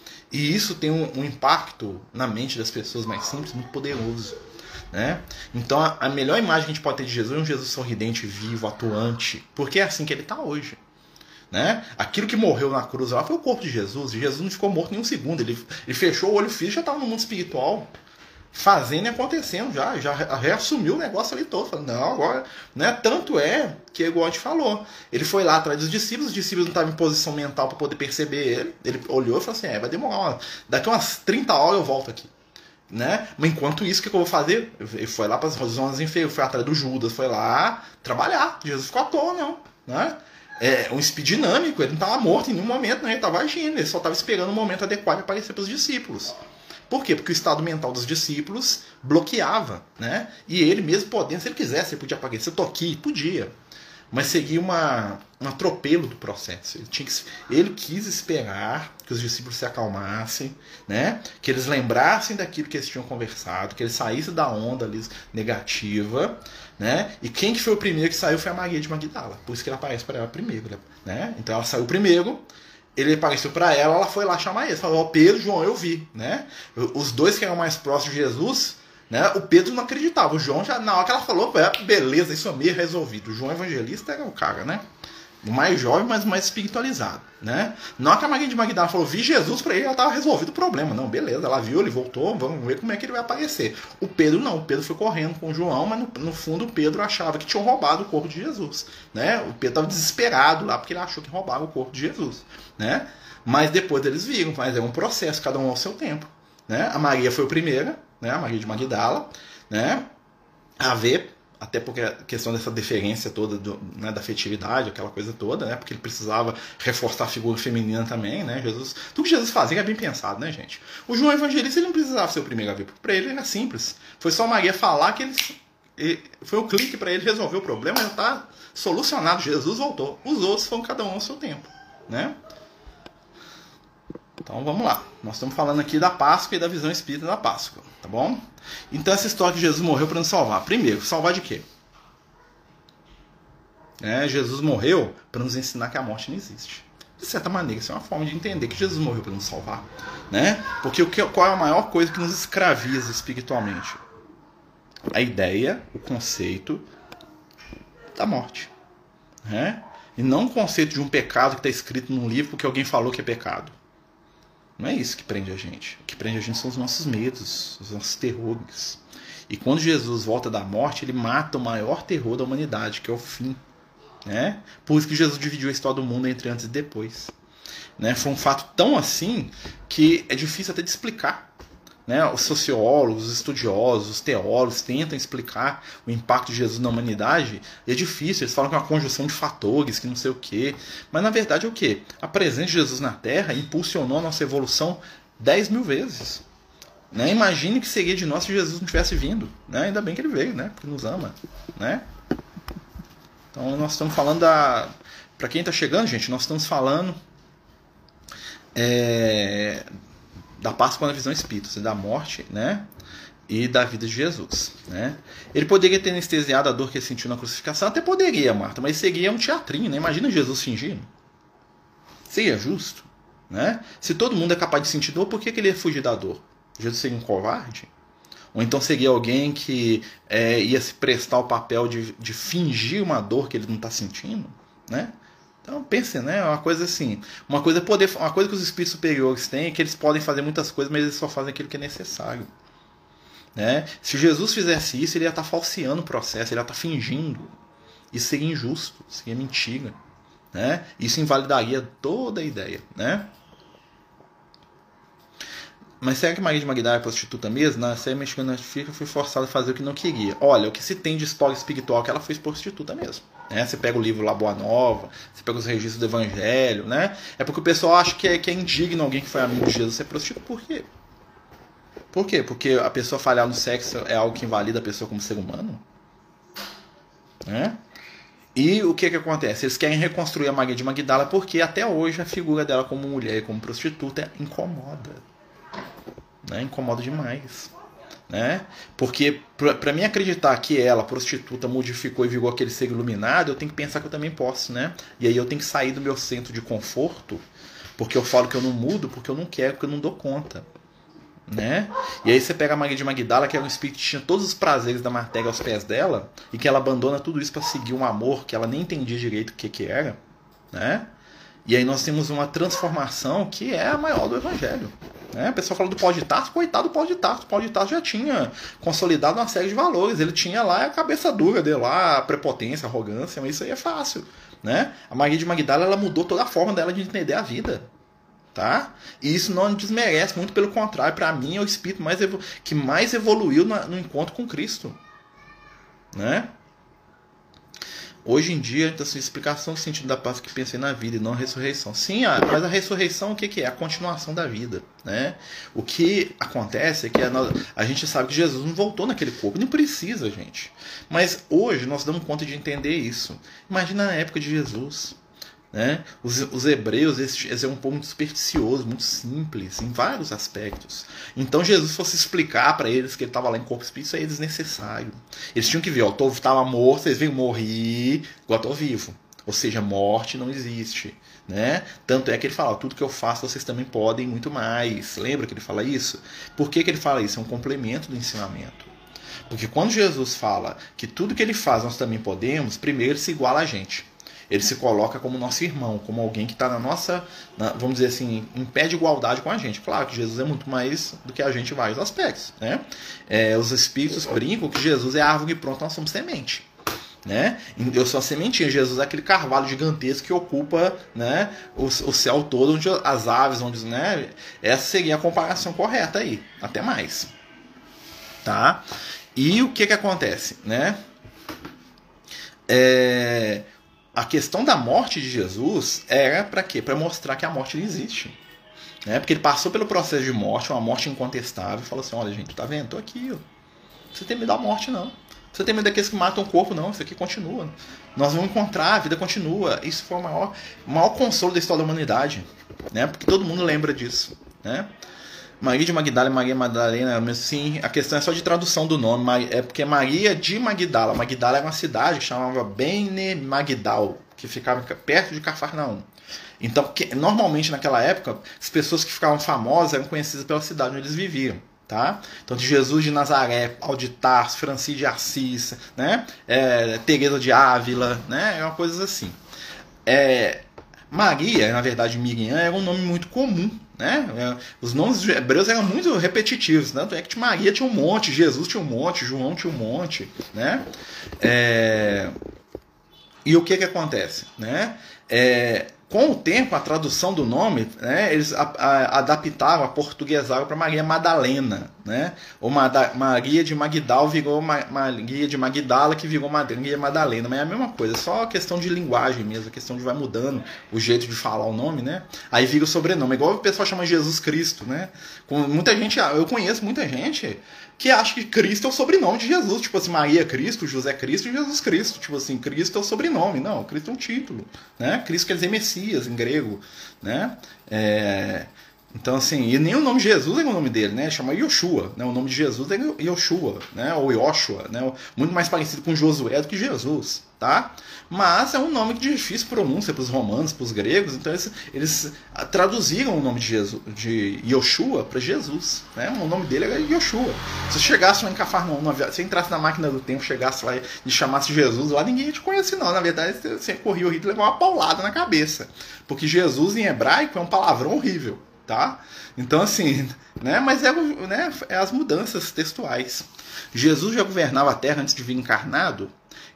A: E isso tem um, um impacto na mente das pessoas mais simples muito poderoso, né? Então a, a melhor imagem que a gente pode ter de Jesus é um Jesus sorridente, vivo, atuante, porque é assim que ele está hoje, né? Aquilo que morreu na cruz lá foi o corpo de Jesus, e Jesus não ficou morto nem um segundo, ele, ele fechou o olho físico e já estava no mundo espiritual, fazendo e acontecendo já, já reassumiu o negócio ali todo, falando, não, agora, né, tanto é que, igual a gente falou, ele foi lá atrás dos discípulos, os discípulos não estavam em posição mental para poder perceber ele, ele olhou e falou assim, é, vai demorar, uma, daqui umas trinta horas eu volto aqui, né, mas enquanto isso, o que, que eu vou fazer? Ele foi lá para as zonas inferiores, foi atrás do Judas, foi lá trabalhar, Jesus ficou à toa, não, né, é um espírito dinâmico, ele não estava morto em nenhum momento, né, ele estava agindo, ele só estava esperando o momento adequado de aparecer para os discípulos. Por quê? Porque o estado mental dos discípulos bloqueava, né? E ele mesmo podendo, se ele quisesse, ele podia aparecer, eu tô aqui, podia. Mas seguia uma, um atropelo do processo. Ele, tinha que, ele quis esperar que os discípulos se acalmassem, né? Que eles lembrassem daquilo que eles tinham conversado, que eles saíssem da onda ali negativa, né? E quem que foi o primeiro que saiu foi a Maria de Magdala. Por isso que ele aparece para ela primeiro, né? Então ela saiu primeiro. Ele apareceu para ela, ela foi lá chamar ele. Falou, ó, Pedro, João, eu vi, né? Os dois que eram mais próximos de Jesus, né? O Pedro não acreditava. O João, já na hora que ela falou, beleza, isso é meio resolvido. O João Evangelista era o cara, né? O mais jovem, mas mais espiritualizado, né? Na hora que a Maria de Magdala falou, vi Jesus para ele, ela estava resolvido o problema. Não, beleza, ela viu, ele voltou, vamos ver como é que ele vai aparecer. O Pedro não, o Pedro foi correndo com o João, mas no, no fundo o Pedro achava que tinham roubado o corpo de Jesus, né? O Pedro estava desesperado lá porque ele achou que roubaram o corpo de Jesus, né? Mas depois eles viram, mas é um processo, cada um ao seu tempo, né? A Maria foi a primeira, né? A Maria de Magdala, né? A ver, até porque a questão dessa deferência toda do, né, da afetividade, aquela coisa toda, né? Porque ele precisava reforçar a figura feminina também, né? Jesus, tudo que Jesus fazia era bem pensado, né, gente? O João Evangelista ele não precisava ser o primeiro a ver, para ele era simples. Foi só a Maria falar que ele, ele foi o clique para ele resolver o problema, já está solucionado. Jesus voltou. Os outros foram cada um ao seu tempo, né? Então vamos lá, nós estamos falando aqui da Páscoa e da visão espírita da Páscoa, tá bom? Então essa história que Jesus morreu para nos salvar. Primeiro, salvar de quê? É, Jesus morreu para nos ensinar que a morte não existe. De certa maneira, isso é uma forma de entender que Jesus morreu para nos salvar, né? Porque o que, qual é a maior coisa que nos escraviza espiritualmente? A ideia, o conceito da morte, né? E não o conceito de um pecado que está escrito num livro porque alguém falou que é pecado. Não é isso que prende a gente. O que prende a gente são os nossos medos, os nossos terrores. E quando Jesus volta da morte, ele mata o maior terror da humanidade, que é o fim, né? Por isso que Jesus dividiu a história do mundo entre antes e depois, né? Foi um fato tão assim que é difícil até de explicar, né? Os sociólogos, os estudiosos, os teólogos tentam explicar o impacto de Jesus na humanidade e é difícil, eles falam que é uma conjunção de fatores, que não sei o quê. Mas na verdade é o quê? A presença de Jesus na Terra impulsionou a nossa evolução dez mil vezes. Né? Imagine o que seria de nós se Jesus não tivesse vindo. Né? Ainda bem que ele veio, né? Porque nos ama. Né? Então nós estamos falando da... Para quem está chegando, gente, nós estamos falando... É... da Páscoa na visão espírita, da morte, né, e da vida de Jesus, né? Ele poderia ter anestesiado a dor que ele sentiu na crucificação, até poderia, Marta, mas seria um teatrinho, né? Imagina Jesus fingindo. Seria justo, né? Se todo mundo é capaz de sentir dor, por que, que ele ia fugir da dor? Jesus seria um covarde? Ou então seria alguém que é, ia se prestar o papel de, de fingir uma dor que ele não está sentindo, né? Então pense, né? Uma coisa assim, uma coisa poder, uma coisa que os espíritos superiores têm é que eles podem fazer muitas coisas, mas eles só fazem aquilo que é necessário, né? Se Jesus fizesse isso, ele ia estar falseando o processo, ele ia estar fingindo, Isso seria injusto, seria mentira, né? Isso invalidaria toda a ideia, né? Mas será que Maria de Magdala é prostituta mesmo? Na série mexicana fica, foi forçada a fazer o que não queria. Olha, o que se tem de história espiritual é que ela foi prostituta mesmo. Né? Você pega o livro lá, Boa Nova, você pega os registros do Evangelho, né? É porque o pessoal acha que é, que é indigno alguém que foi amigo de Jesus ser prostituta. Por quê? Por quê? Porque a pessoa falhar no sexo é algo que invalida a pessoa como ser humano? Né? E o que que acontece? Eles querem reconstruir a Maria de Magdala porque até hoje a figura dela como mulher e como prostituta incomoda. Né? Incomoda demais. Né? Porque para mim acreditar que ela, prostituta, modificou e virou aquele ser iluminado, eu tenho que pensar que eu também posso. Né? E aí eu tenho que sair do meu centro de conforto, porque eu falo que eu não mudo, porque eu não quero, porque eu não dou conta. Né? E aí você pega a Maria de Magdala, que era um espírito que tinha todos os prazeres da matéria aos pés dela, e que ela abandona tudo isso para seguir um amor que ela nem entendia direito o que, que era. Né? E aí nós temos uma transformação que é a maior do Evangelho. Né? A pessoa fala do Paulo de Tarso, coitado do Paulo de Tarso. O Paulo de Tarso já tinha consolidado uma série de valores. Ele tinha lá a cabeça dura dele, lá, a prepotência, a arrogância, mas isso aí é fácil. Né? A Maria de Magdala, ela mudou toda a forma dela de entender a vida. Tá? E isso não desmerece, muito pelo contrário. Para mim é o espírito mais evolu- que mais evoluiu no, no encontro com Cristo. Né? Hoje em dia, então, assim, explicação do sentido da paz que pensei na vida e não a ressurreição. Sim, a, mas a ressurreição o que, que é? A continuação da vida. Né? O que acontece é que a, a gente sabe que Jesus não voltou naquele corpo. Não precisa, gente. Mas hoje nós damos conta de entender isso. Imagina na época de Jesus. Né? Os, os hebreus eles, eles eram um povo muito supersticioso, muito simples em vários aspectos. Então Jesus fosse explicar para eles que ele estava lá em corpo espírito, isso aí é desnecessário. Eles tinham que ver, ó, eu estava morto, vocês veem morrer, igual eu estou vivo. Ou seja, morte não existe. Né? Tanto é que ele fala, tudo que eu faço vocês também podem, muito mais. Lembra que ele fala isso? Por que, que ele fala isso? É um complemento do ensinamento. Porque quando Jesus fala que tudo que ele faz nós também podemos, primeiro ele se iguala a gente. Ele se coloca como nosso irmão, como alguém que está na nossa, na, vamos dizer assim, em pé de igualdade com a gente. Claro que Jesus é muito mais do que a gente em vários aspectos. Né? É, os espíritos brincam que Jesus é árvore pronta, nós somos semente. Né? Eu sou a sementinha, Jesus é aquele carvalho gigantesco que ocupa, né, o, o céu todo, onde as aves, onde, né, essa seria a comparação correta aí, até mais. Tá? E o que que acontece? Né? É... A questão da morte de Jesus era para quê? Para mostrar que a morte não existe. Né? Porque ele passou pelo processo de morte, uma morte incontestável, e falou assim, olha gente, tá vendo? Tô aqui, ó. Não precisa ter medo da morte, não. Não precisa ter medo daqueles que matam o corpo, não. Isso aqui continua. Nós vamos encontrar, a vida continua. Isso foi o maior, o maior consolo da história da humanidade. Né? Porque todo mundo lembra disso. Né? Maria de Magdala e Maria Madalena, mas sim, a questão é só de tradução do nome, é porque Maria de Magdala. Magdala era uma cidade que chamava Bene Magdal, que ficava perto de Cafarnaum. Então, que, normalmente naquela época, as pessoas que ficavam famosas eram conhecidas pela cidade onde eles viviam. Tá? Então, de Jesus de Nazaré, Paulo de Tarso, Francisco de Assis, né? é, Teresa de Ávila, né? É uma coisa assim. É, Maria, na verdade Miriam, era um nome muito comum. Né? Os nomes hebreus eram muito repetitivos, tanto é que Maria tinha um monte, Jesus tinha um monte, João tinha um monte, né? É... E o que que acontece? Né? É... Com o tempo, a tradução do nome, né, eles a, a, adaptaram, aportuguesaram para Maria Madalena, né? Ou Mada, Maria de Magdal virou Ma, Maria de Magdala, que virou Maria Madalena, mas é a mesma coisa, só questão de linguagem mesmo, a questão de vai mudando o jeito de falar o nome, né? Aí vira o sobrenome, igual o pessoal chama Jesus Cristo, né? Com muita gente, eu conheço muita gente que acha que Cristo é o sobrenome de Jesus, tipo assim, Maria Cristo, José Cristo e Jesus Cristo, tipo assim, Cristo é o sobrenome, não, Cristo é um título, né? Cristo quer dizer Messias em grego, né? É... Então assim, e nem o nome de Jesus é o nome dele, né? Chama Yoshua, né? O nome de Jesus é Yoshua, né? Ou Yoshua, né? Muito mais parecido com Josué do que Jesus, tá? Mas é um nome de difícil pronúncia para os romanos, para os gregos, então eles, eles traduziram o nome de, Jesus, de Yoshua para Jesus, né? O nome dele era Yoshua. Se você chegasse lá em Cafarnaum, se você entrasse na máquina do tempo, chegasse lá e chamasse Jesus, lá ninguém ia te conhecer não, na verdade você corria o risco de levar uma paulada na cabeça, porque Jesus em hebraico é um palavrão horrível, tá? Então assim, né? Mas é, né, é as mudanças textuais. Jesus já governava a terra antes de vir encarnado.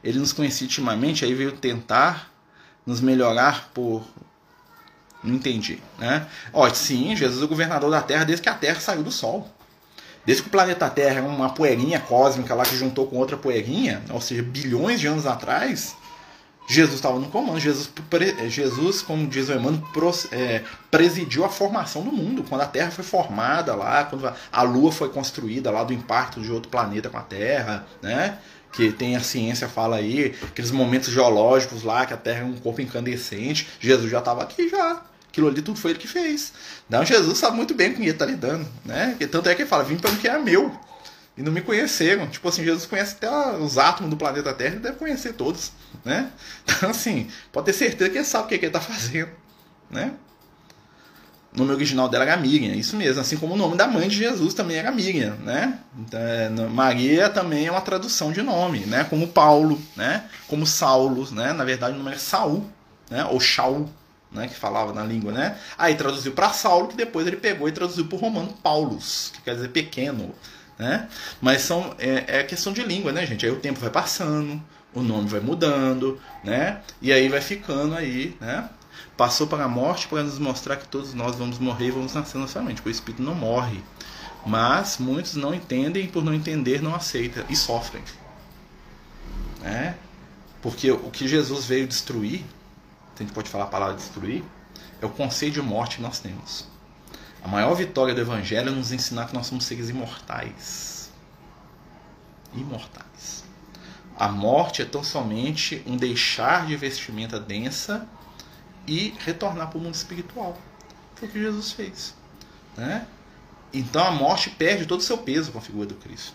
A: ele nos conhecia intimamente, aí veio tentar nos melhorar por... Não entendi, né? Ó, sim, Jesus é o governador da Terra desde que a Terra saiu do Sol. Desde que o planeta Terra é uma poeirinha cósmica lá que juntou com outra poeirinha, ou seja, bilhões de anos atrás, Jesus estava no comando. Jesus, Jesus, como diz o Emmanuel, é, presidiu a formação do mundo. Quando a Terra foi formada lá, quando a Lua foi construída lá do impacto de outro planeta com a Terra, né? Que tem a ciência fala aí, aqueles momentos geológicos lá, que a Terra é um corpo incandescente. Jesus já estava aqui já. Aquilo ali tudo foi ele que fez. Então Jesus sabe muito bem com quem ele está lidando, né? E tanto é que ele fala, vim para o que é meu. E não me conheceram. Tipo assim, Jesus conhece até os átomos do planeta Terra, ele deve conhecer todos, né? Então assim, pode ter certeza que ele sabe o que, é que ele está fazendo, né? O nome original dela era Miriam, isso mesmo. Assim como o nome da mãe de Jesus também era Miriam, né? Então, é, Maria também é uma tradução de nome, né? Como Paulo, né? Como Saulo, né? Na verdade o nome era Saul, né? Ou Shaul, né, que falava na língua, né? Aí traduziu para Saulo, que depois ele pegou e traduziu para o romano Paulus, que quer dizer pequeno, né? Mas são, é, é questão de língua, né, gente? Aí o tempo vai passando, o nome vai mudando, né? E aí vai ficando aí, né? Passou para a morte para nos mostrar que todos nós vamos morrer e vamos nascer novamente, porque o Espírito não morre. Mas muitos não entendem e por não entender não aceitam e sofrem, né? Porque o que Jesus veio destruir, a gente pode falar a palavra destruir, é o conceito de morte que nós temos. A maior vitória do Evangelho é nos ensinar que nós somos seres imortais. Imortais. A morte é tão somente um deixar de vestimenta densa e retornar para o mundo espiritual. Foi o que Jesus fez, né? Então a morte perde todo o seu peso com a figura do Cristo,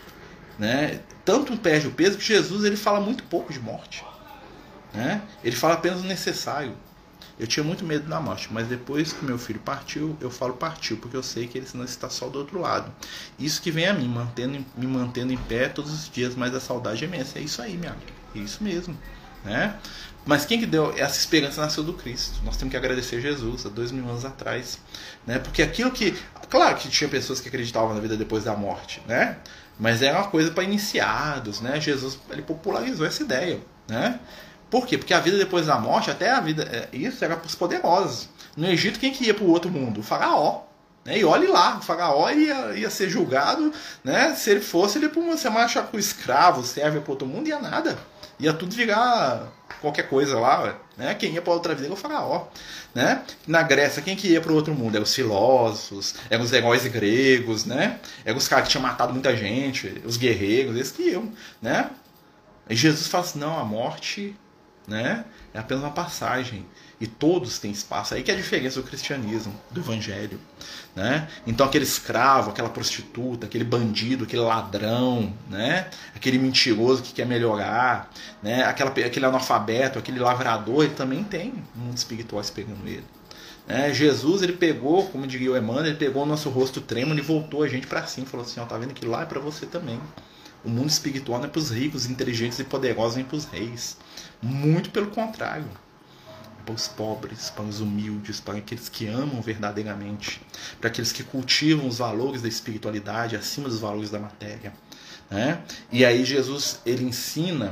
A: né? Tanto perde o peso que Jesus ele fala muito pouco de morte, né? Ele fala apenas o necessário. Eu tinha muito medo da morte, mas depois que meu filho partiu, eu falo partiu, porque eu sei que ele não está só do outro lado. Isso que vem a mim, mantendo, me mantendo em pé todos os dias, mas a saudade é imensa. É isso aí, minha amiga. É isso mesmo, né? Mas quem que deu essa esperança nasceu do Cristo. Nós temos que agradecer Jesus há dois mil anos atrás, né? Porque aquilo que... Claro que tinha pessoas que acreditavam na vida depois da morte, né? Mas era uma coisa para iniciados, né? Jesus ele popularizou essa ideia, né? Por quê? Porque a vida depois da morte, até a vida... Isso era para os poderosos. No Egito, quem que ia para o outro mundo? O faraó. Né? E olhe lá, o faraó ia, ia ser julgado, né? Se ele fosse, ele ia para uma semana achar que o escravo serve para outro mundo, ia nada. Ia tudo virar qualquer coisa lá, né? Quem ia para outra vida era o faraó, né? Na Grécia, quem que ia para o outro mundo? Eram os filósofos, eram os heróis gregos, né? Eram os caras que tinham matado muita gente, os guerreiros, esses que iam, né? E Jesus fala assim, não, a morte, né, é apenas uma passagem. E todos têm espaço. Aí que é a diferença do cristianismo, do evangelho, né? Então aquele escravo, aquela prostituta, aquele bandido, aquele ladrão, né? Aquele mentiroso que quer melhorar, né? Aquela, aquele analfabeto, aquele lavrador, ele também tem um mundo espiritual esperando ele. Né? Jesus, ele pegou, como diria o Emmanuel, ele pegou o nosso rosto trêmulo e voltou a gente para cima. Falou assim, ó, tá vendo que lá é para você também. O mundo espiritual não é para os ricos, inteligentes e poderosos, nem para os reis. Muito pelo contrário. Para os pobres, para os humildes, para aqueles que amam verdadeiramente, para aqueles que cultivam os valores da espiritualidade acima dos valores da matéria, né? E aí Jesus, ele ensina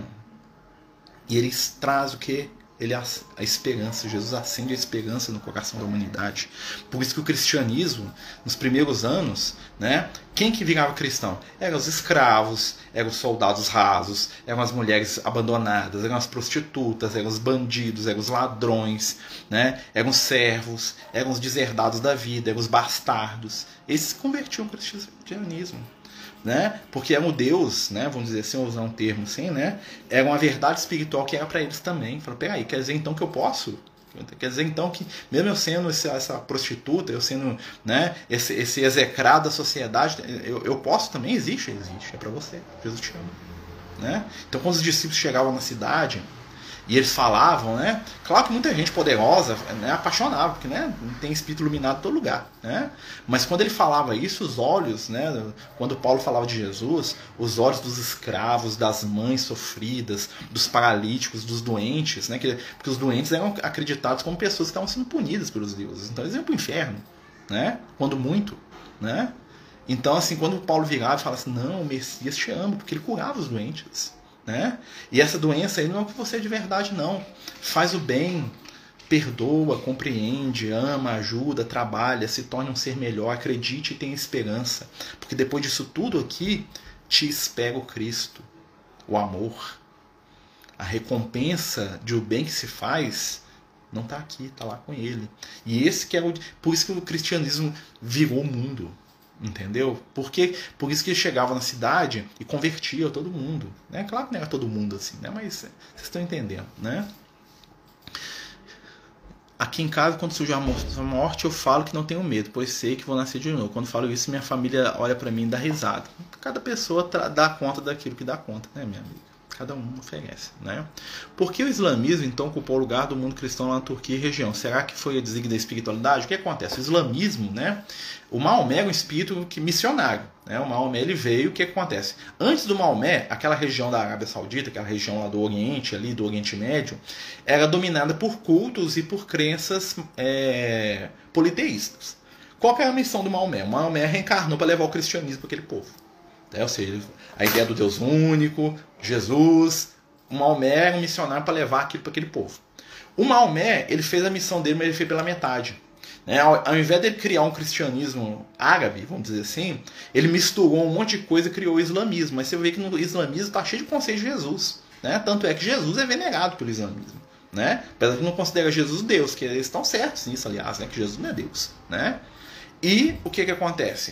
A: e ele traz o que? Ele a, a esperança. Jesus acende a esperança no coração da humanidade. Por isso que o cristianismo, nos primeiros anos, né, quem que virava cristão? Eram os escravos, eram os soldados rasos, eram as mulheres abandonadas, eram as prostitutas, eram os bandidos, eram os ladrões, né, eram os servos, eram os deserdados da vida, eram os bastardos. Esses se convertiam ao cristianismo. Né? Porque era um Deus, né? Vamos dizer assim, usar um termo assim, né? Era uma verdade espiritual que era para eles também. Falaram, peraí, quer dizer então que eu posso? Quer dizer então que, mesmo eu sendo essa, essa prostituta, eu sendo, né, esse, esse execrado da sociedade, eu, eu posso também? Existe, existe, é para você, Jesus te ama, né? Então quando os discípulos chegavam na cidade e eles falavam, né? Claro que muita gente poderosa, né, apaixonava, porque, né, tem espírito iluminado em todo lugar, né? Mas quando ele falava isso, os olhos, né, quando Paulo falava de Jesus, os olhos dos escravos, das mães sofridas, dos paralíticos, dos doentes, né? Porque os doentes eram acreditados como pessoas que estavam sendo punidas pelos deuses, então eles iam para o inferno, né? Quando muito, né? Então, assim, quando Paulo virava e falava assim, não, o Messias te ama, porque ele curava os doentes. né? E essa doença aí não é que você é de verdade, não. Faz o bem, perdoa, compreende, ama, ajuda, trabalha, se torne um ser melhor, acredite e tenha esperança. Porque depois disso tudo aqui, te espera o Cristo, o amor. A recompensa de o bem que se faz não está aqui, está lá com ele. E esse que é o, por isso que o cristianismo virou o mundo. Entendeu? Porque, por isso que ele chegava na cidade e convertia todo mundo. Né? Claro que não era todo mundo assim, né? Mas vocês estão entendendo, né? Aqui em casa, quando surge a morte, eu falo que não tenho medo, pois sei que vou nascer de novo. Quando falo isso, minha família olha pra mim e dá risada. Cada pessoa dá conta daquilo que dá conta, né, minha amiga? Cada um oferece, né? Por que o islamismo, então, ocupou o lugar do mundo cristão lá na Turquia e região? Será que foi a desígnio da espiritualidade? O que acontece? O islamismo, né? O Maomé é um espírito que, missionário, né? O Maomé, ele veio, o que acontece? Antes do Maomé, aquela região da Arábia Saudita, aquela região lá do Oriente, ali do Oriente Médio, era dominada por cultos e por crenças é, politeístas. Qual que é a missão do Maomé? O Maomé reencarnou para levar o cristianismo para aquele povo. É, ou seja, a ideia do Deus único, Jesus. O Maomé era um missionário para levar aquilo para aquele povo. O Maomé, ele fez a missão dele, mas ele fez pela metade. Né? Ao, ao invés de ele criar um cristianismo árabe, vamos dizer assim, ele misturou um monte de coisa e criou o islamismo. Mas você vê que no islamismo está cheio de conceitos de Jesus. Né? Tanto é que Jesus é venerado pelo islamismo. Né? Apesar de não considerar Jesus Deus, que eles estão certos nisso, aliás, né? Que Jesus não é Deus. Né? E o que, que acontece?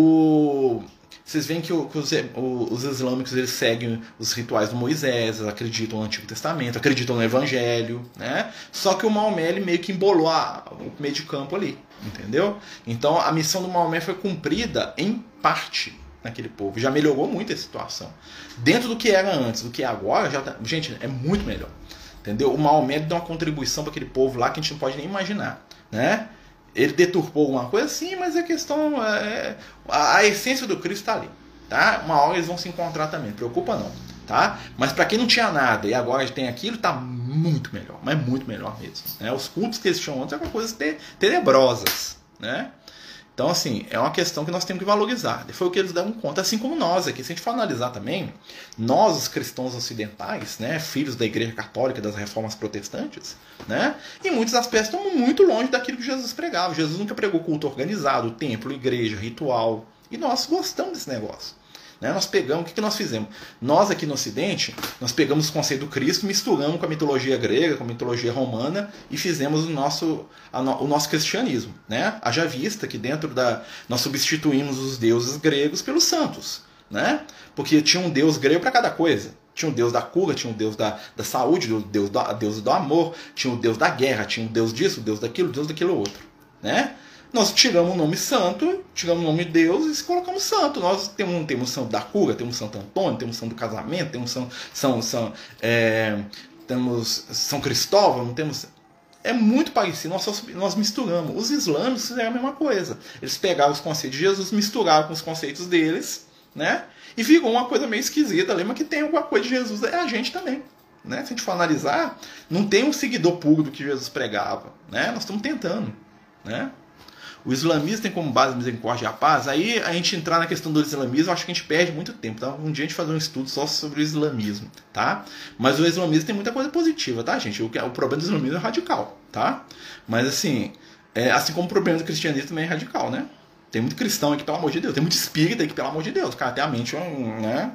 A: O... Vocês veem que, o, que os, os islâmicos eles seguem os rituais do Moisés, acreditam no Antigo Testamento, acreditam no Evangelho, né? Só que o Maomé ele meio que embolou a, o meio de campo ali, entendeu? Então a missão do Maomé foi cumprida em parte naquele povo, já melhorou muito a situação. Dentro do que era antes, do que é agora, já tá, gente, é muito melhor, entendeu? O Maomé deu uma contribuição para aquele povo lá que a gente não pode nem imaginar, né? Ele deturpou alguma coisa? Sim, mas a questão é... A, a essência do Cristo está ali. Tá? Uma hora eles vão se encontrar também. Não preocupa não. Tá? Mas para quem não tinha nada e agora tem aquilo, está muito melhor. Mas muito melhor mesmo. Né? Os cultos que eles tinham antes eram coisas tenebrosas. Né? Então, assim, é uma questão que nós temos que valorizar. Foi o que eles deram conta, assim como nós aqui. Se a gente for analisar também, nós, os cristãos ocidentais, né, filhos da Igreja Católica, das reformas protestantes, né, em muitos aspectos estamos muito longe daquilo que Jesus pregava. Jesus nunca pregou culto organizado, templo, igreja, ritual. E nós gostamos desse negócio. Né? Nós pegamos, o que, que nós fizemos? Nós aqui no Ocidente, nós pegamos o conceito do Cristo, misturamos com a mitologia grega, com a mitologia romana e fizemos o nosso, a no, o nosso cristianismo. Né? Haja vista que dentro da... nós substituímos os deuses gregos pelos santos. Né? Porque tinha um deus grego para cada coisa. Tinha um deus da cura, tinha um deus da, da saúde, o deus do, deus do amor, tinha um deus da guerra, tinha um deus disso, o deus daquilo, o deus daquilo outro. Né? Nós tiramos o nome santo, tiramos o nome de Deus e colocamos santo. Nós temos, temos santo da cura, temos santo Antônio, temos santo do casamento, temos São, São, São, é, temos São Cristóvão, temos... É muito parecido, nós, nós misturamos. Os islâmicos fizeram a mesma coisa. Eles pegaram os conceitos de Jesus, misturaram com os conceitos deles, né? E virou uma coisa meio esquisita. Lembra que tem alguma coisa de Jesus, é a gente também. Né? Se a gente for analisar, não tem um seguidor puro do que Jesus pregava. Né? Nós estamos tentando, né? O islamismo tem como base a misericórdia e a paz. Aí a gente entrar na questão do islamismo, eu acho que a gente perde muito tempo. Tá? Um dia a gente fazer um estudo só sobre o islamismo, tá? Mas o islamismo tem muita coisa positiva, tá, gente? O, o problema do islamismo é radical, tá? Mas assim, é, assim como o problema do cristianismo também é radical, né? Tem muito cristão aqui, pelo amor de Deus. Tem muito espírita aqui, pelo amor de Deus. O cara tem a mente, né?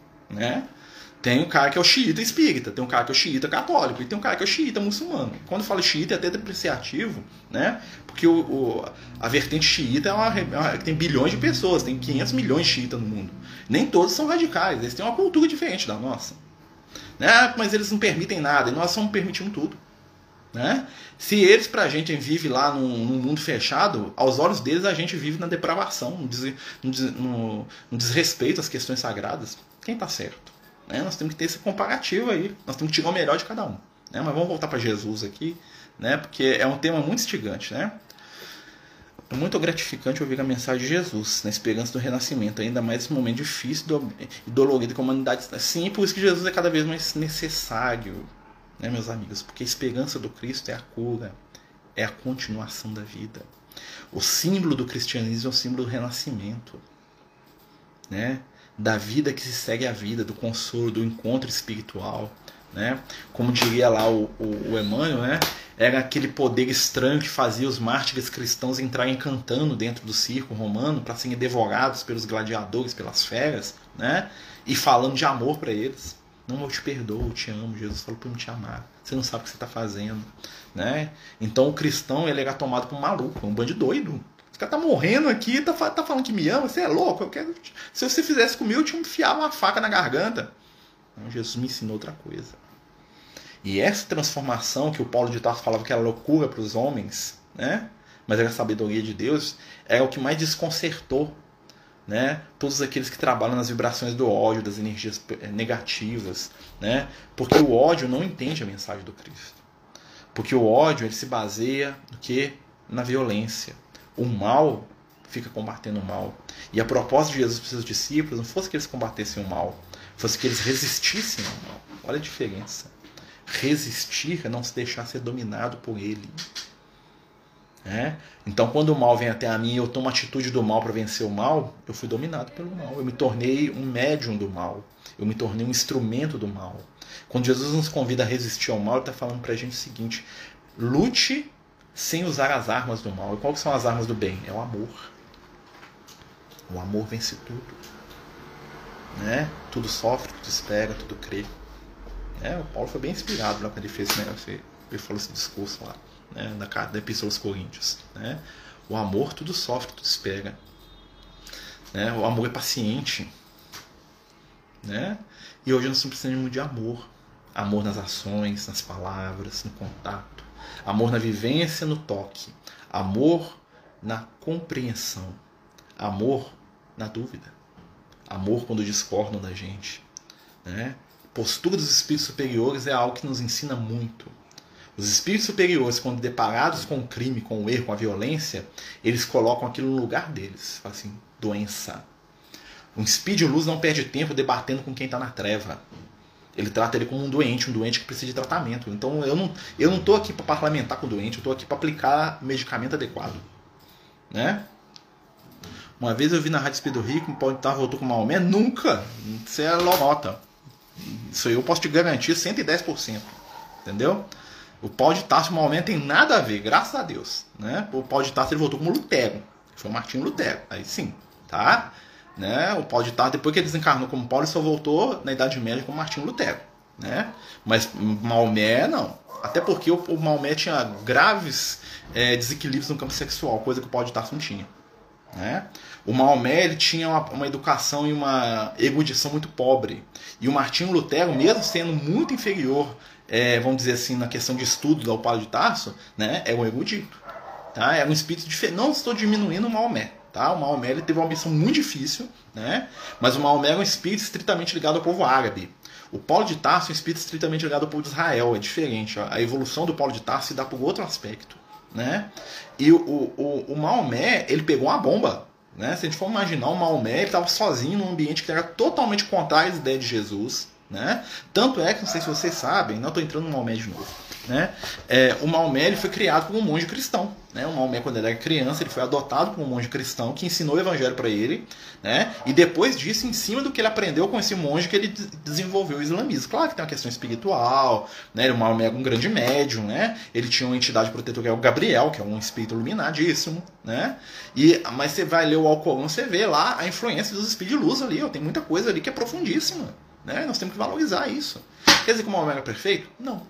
A: né? Tem um cara que é o xiita espírita, tem um cara que é o xiita católico, e tem um cara que é o xiita muçulmano. Quando eu falo xiita é até depreciativo, né? Porque o, o, a vertente xiita é uma, é uma, tem bilhões de pessoas, tem quinhentos milhões de xiitas no mundo. Nem todos são radicais, eles têm uma cultura diferente da nossa. Né? Mas eles não permitem nada, e nós estamos permitindo tudo. Né? Se eles pra gente vivem lá num, num mundo fechado, aos olhos deles a gente vive na depravação, no, des, no, no, no desrespeito às questões sagradas. Quem tá certo? Né? Nós temos que ter esse comparativo aí. Nós temos que tirar o melhor de cada um. Né? Mas vamos voltar para Jesus aqui, né? Porque é um tema muito instigante. Né? É muito gratificante ouvir a mensagem de Jesus, na esperança do renascimento, ainda mais nesse momento difícil e dolorido que a humanidade está. Sim, por isso que Jesus é cada vez mais necessário, né, meus amigos? Porque a esperança do Cristo é a cura, é a continuação da vida. O símbolo do cristianismo é o símbolo do renascimento. Né? da vida que se segue à vida, do consolo, do encontro espiritual, né? Como diria lá o, o, o Emmanuel, né? Era aquele poder estranho que fazia os mártires cristãos entrarem cantando dentro do circo romano para serem devorados pelos gladiadores, pelas feras, né? E falando de amor para eles. Não, eu te perdoo, eu te amo. Jesus falou para eu te amar. Você não sabe o que você está fazendo, né? Então o cristão, ele era tomado por um maluco, um bando de doido. Esse cara tá morrendo aqui, tá, tá falando que me ama. Você é louco? Eu quero... Se você fizesse comigo, eu te enfiava uma faca na garganta. Então, Jesus me ensinou outra coisa. E essa transformação que o Paulo de Tarso falava que era loucura para os homens, né? Mas era a sabedoria de Deus, é o que mais desconcertou, né? Todos aqueles que trabalham nas vibrações do ódio, das energias negativas, né? Porque o ódio não entende a mensagem do Cristo. Porque o ódio, ele se baseia no quê? Na violência. O mal fica combatendo o mal. E a proposta de Jesus para os seus discípulos não fosse que eles combatessem o mal, fosse que eles resistissem ao mal. Olha a diferença. Resistir é não se deixar ser dominado por ele. É? Então, quando o mal vem até a mim e eu tomo atitude do mal para vencer o mal, eu fui dominado pelo mal. Eu me tornei um médium do mal. Eu me tornei um instrumento do mal. Quando Jesus nos convida a resistir ao mal, ele está falando para a gente o seguinte: lute sem usar as armas do mal. E quais são as armas do bem? É o amor. O amor vence tudo. Né? Tudo sofre, tudo espera, tudo crê. É, o Paulo foi bem inspirado lá quando ele fez, né, ele falou esse discurso lá, né, na carta da Epístola aos Coríntios, né? O amor tudo sofre, tudo espera, né? O amor é paciente, né? E hoje nós precisamos de amor, amor nas ações, nas palavras, no contato, amor na vivência, no toque, amor na compreensão, amor na dúvida, amor quando discordam da gente, né? Postura dos espíritos superiores é algo que nos ensina muito. Os espíritos superiores, quando deparados com o crime, com o erro, com a violência, eles colocam aquilo no lugar deles. Falam assim, doença. Um espírito de luz não perde tempo debatendo com quem está na treva. Ele trata ele como um doente, um doente que precisa de tratamento. Então eu não eu não estou aqui para parlamentar com o doente, eu estou aqui para aplicar medicamento adequado. Né? Uma vez eu vi na Rádio Espírito Rico, um pau de Tarso voltou com Maomé, nunca. Isso é lorota. Isso aí eu posso te garantir cento e dez por cento. Entendeu? O Paulo de Tarso e o Maomé tem nada a ver, graças a Deus. Né? O Paulo de Tarso ele voltou como Lutero. Foi o Martinho Lutero. Aí sim. Tá? Né? O Paulo de Tarso, depois que ele desencarnou como Paulo, ele só voltou na Idade Média como Martinho Lutero. Né? Mas Maomé não. Até porque o, o Maomé tinha graves é, desequilíbrios no campo sexual, coisa que o Paulo de Tarso não tinha. Né? O Maomé ele tinha uma, uma educação e uma erudição muito pobre. E o Martinho Lutero, mesmo sendo muito inferior, é, vamos dizer assim, na questão de estudo ao Paulo de Tarso, né, é um erudito. Tá? É um espírito diferente. Não estou diminuindo o Maomé. Tá? O Maomé ele teve uma missão muito difícil, né? Mas o Maomé é um espírito estritamente ligado ao povo árabe. O Paulo de Tarso é um espírito estritamente ligado ao povo de Israel. É diferente. A evolução do Paulo de Tarso se dá por outro aspecto. Né? E o, o, o Maomé, ele pegou uma bomba. Né? Se a gente for imaginar, o Maomé ele estava sozinho num ambiente que era totalmente contrário às ideias de Jesus. Né? Tanto é que, não sei se vocês sabem, não estou entrando no Maomé de novo. Né? É, o Maomé ele foi criado por um monge cristão. Né? O Maomé, quando ele era criança, ele foi adotado por um monge cristão que ensinou o evangelho para ele. Né? E depois disso, em cima do que ele aprendeu com esse monge, que ele desenvolveu o islamismo. Claro que tem uma questão espiritual. Né? O Maomé era um grande médium. Né? Ele tinha uma entidade protetora, que é o Gabriel, que é um espírito iluminadíssimo. Né? E, mas você vai ler o Alcorão, você vê lá a influência dos espíritos de luz ali. Ó. Tem muita coisa ali que é profundíssima. Né? Nós temos que valorizar isso. Quer dizer que o Maomé era perfeito? Não.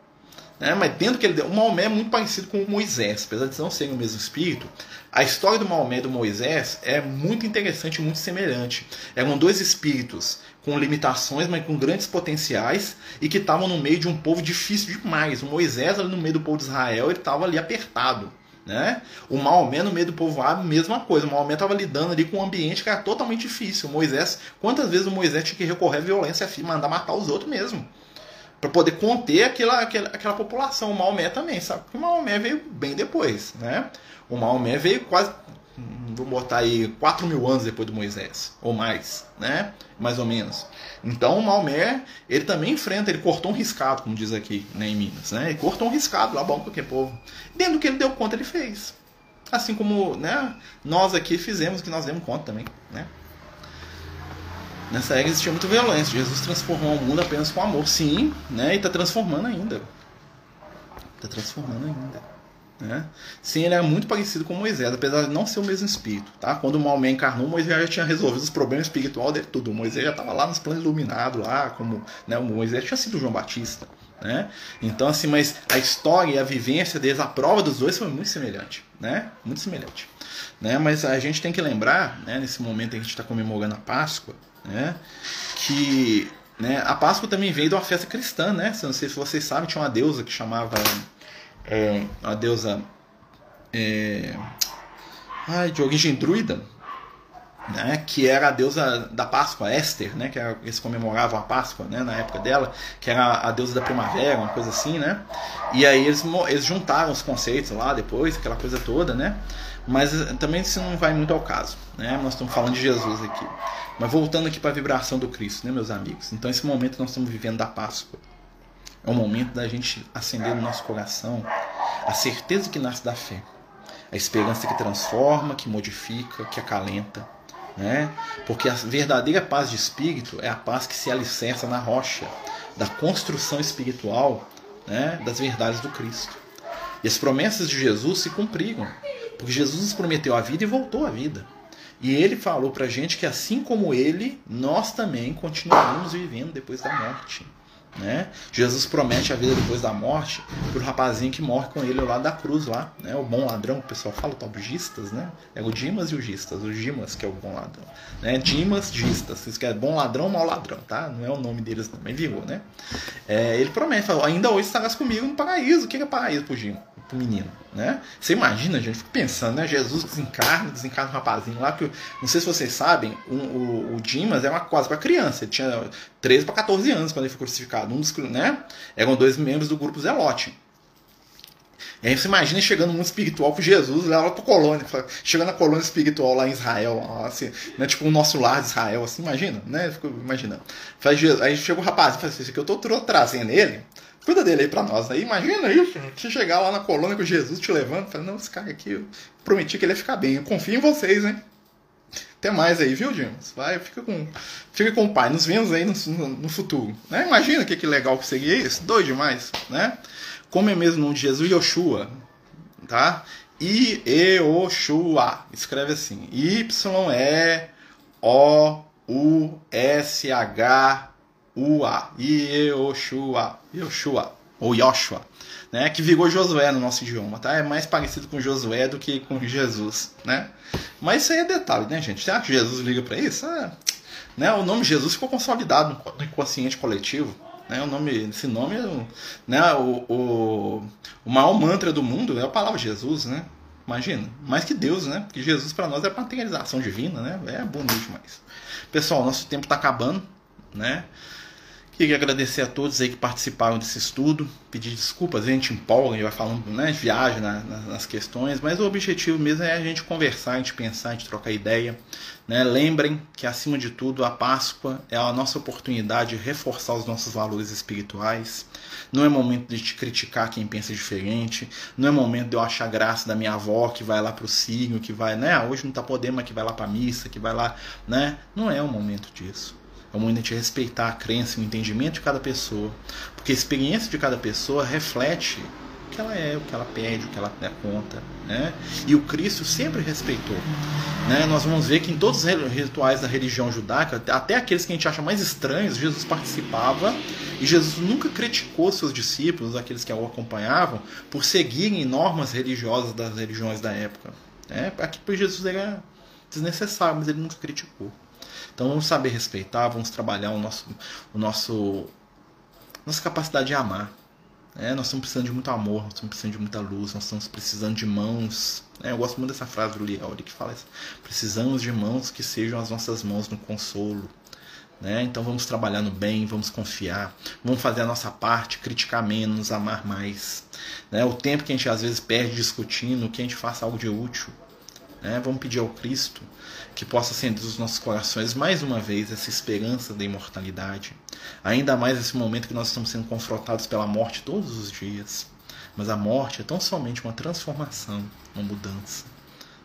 A: É, mas dentro que ele deu, o Maomé é muito parecido com o Moisés, apesar de não serem o mesmo espírito. A história do Maomé e do Moisés é muito interessante e muito semelhante. Eram dois espíritos com limitações, mas com grandes potenciais e que estavam no meio de um povo difícil demais. O Moisés ali no meio do povo de Israel, ele estava ali apertado. Né? O Maomé no meio do povo árabe, mesma coisa. O Maomé estava lidando ali com um ambiente que era totalmente difícil. O Moisés, quantas vezes o Moisés tinha que recorrer à violência e mandar matar os outros mesmo? Para poder conter aquela, aquela, aquela população. O Maomé também, sabe? Porque o Maomé veio bem depois, né? O Maomé veio quase, vou botar aí, quatro mil anos depois do Moisés, ou mais, né? Mais ou menos. Então o Maomé, ele também enfrenta, ele cortou um riscado, como diz aqui, né, em Minas, né? Ele cortou um riscado lá, bom, qualquer povo. Dentro do que ele deu conta, ele fez. Assim como, né, nós aqui fizemos o que nós demos conta também, né? Nessa era existia muita violência. Jesus transformou o mundo apenas com amor, sim, né? E está transformando ainda. Está transformando ainda. Né? Sim, ele era muito parecido com Moisés, apesar de não ser o mesmo espírito. Tá? Quando o Maomé encarnou, Moisés já tinha resolvido os problemas espirituais dele tudo. Moisés já estava lá nos planos iluminados, lá, como, né? O Moisés tinha sido João Batista. Né? Então, assim, mas a história e a vivência deles, a prova dos dois foi muito semelhante. Né? Muito semelhante. Né? Mas a gente tem que lembrar, né, nesse momento em que a gente está comemorando a Páscoa, né, que, né, a Páscoa também veio de uma festa cristã, né? Não sei se vocês sabem, tinha uma deusa que chamava é, a deusa é, ai, de origem druida, né, que era a deusa da Páscoa, Éster, né, que era, eles comemoravam a Páscoa, né, na época dela, que era a deusa da primavera, uma coisa assim, né? E aí eles, eles juntaram os conceitos lá depois, aquela coisa toda, né? Mas também isso não vai muito ao caso, né? Nós estamos falando de Jesus aqui. Mas voltando aqui para a vibração do Cristo, né, meus amigos? Então esse momento nós estamos vivendo da Páscoa. É o momento da gente acender no nosso coração a certeza que nasce da fé. A esperança que transforma, que modifica, que acalenta. Né? Porque a verdadeira paz de espírito é a paz que se alicerça na rocha da construção espiritual, né, das verdades do Cristo. E as promessas de Jesus se cumpriram. Porque Jesus nos prometeu a vida e voltou à vida. E ele falou pra gente que assim como ele, nós também continuamos vivendo depois da morte. Né? Jesus promete a vida depois da morte pro rapazinho que morre com ele lá da cruz, lá, né? O bom ladrão, o pessoal fala, o Gistas, né? É o Dimas e o Gistas, o Dimas que é o bom ladrão, né? Dimas, Gistas, isso que é bom ladrão, mau ladrão, tá? Não é o nome deles também, virou, né? É, ele promete, fala, ainda hoje estarás comigo no paraíso. O que é paraíso pro Dimas? Pro menino, né? Você imagina, gente, fico pensando, né? Jesus desencarna, desencarna um rapazinho lá, que não sei se vocês sabem, o, o, o Dimas era uma, quase para criança, ele tinha treze para quatorze anos quando ele foi crucificado, um dos, né? Eram dois membros do grupo Zelote. E aí você imagina chegando no mundo espiritual com Jesus, lá pra colônia, chegando na colônia espiritual lá em Israel, assim, né? Tipo o nosso lar de Israel, assim, imagina, né? Fico imaginando. Aí chega o rapaz e fala assim, isso aqui eu tô trazendo ele, cuida dele aí pra nós. Aí imagina isso, você chegar lá na colônia com Jesus te levando, fala, não, esse cara aqui, eu prometi que ele ia ficar bem, eu confio em vocês, hein? Até mais aí, viu, Dimas? Vai, fica com, fica com o pai, nos vemos aí no, no, no futuro. Né? Imagina que, que legal que seria isso, doido demais, né? Como é mesmo o nome de Jesus? Yoshua, tá? I E O X U A, escreve assim, Y E O U S H U A, I E O X U A, Yoshua, ou Yoshua, né? Que virou Josué no nosso idioma, tá? É mais parecido com Josué do que com Jesus, né? Mas isso aí é detalhe, né, gente? Será que Jesus liga para isso? Ah, né? O nome Jesus ficou consolidado no inconsciente coletivo. Né? O nome, esse nome, né? o, o, o maior mantra do mundo é a palavra Jesus, né? Imagina, mais que Deus, né? Porque Jesus para nós é a materialização divina, né? É bonito demais. Pessoal, nosso tempo está acabando, né? Queria agradecer a todos aí que participaram desse estudo, pedir desculpas, a gente empolga, a gente vai falando, né, viaja na, na, nas questões, mas o objetivo mesmo é a gente conversar, a gente pensar, a gente trocar ideia, né? Lembrem que acima de tudo a Páscoa é a nossa oportunidade de reforçar os nossos valores espirituais. Não é momento de te criticar quem pensa diferente, não é momento de eu achar graça da minha avó que vai lá pro signo, que vai, né, hoje não tá podendo, mas que vai lá pra missa, que vai lá, né? Não é o momento disso. É o momento de respeitar a crença e o entendimento de cada pessoa. Porque a experiência de cada pessoa reflete o que ela é, o que ela pede, o que ela der conta. Né? E o Cristo sempre respeitou. Né? Nós vamos ver que em todos os rituais da religião judaica, até aqueles que a gente acha mais estranhos, Jesus participava. E Jesus nunca criticou seus discípulos, aqueles que o acompanhavam, por seguirem normas religiosas das religiões da época. Né? Aqui por Jesus era desnecessário, mas ele nunca criticou. Então vamos saber respeitar, vamos trabalhar o nosso, o nosso, nossa capacidade de amar. Né? Nós estamos precisando de muito amor, nós estamos precisando de muita luz, nós estamos precisando de mãos. Né? Eu gosto muito dessa frase do Liel, que fala isso. Precisamos de mãos que sejam as nossas mãos no consolo. Né? Então vamos trabalhar no bem, vamos confiar, vamos fazer a nossa parte, criticar menos, amar mais. Né? O tempo que a gente às vezes perde discutindo, que a gente faça algo de útil. Né? Vamos pedir ao Cristo que possa acender os nossos corações mais uma vez essa esperança da imortalidade. Ainda mais nesse momento que nós estamos sendo confrontados pela morte todos os dias. Mas a morte é tão somente uma transformação, uma mudança.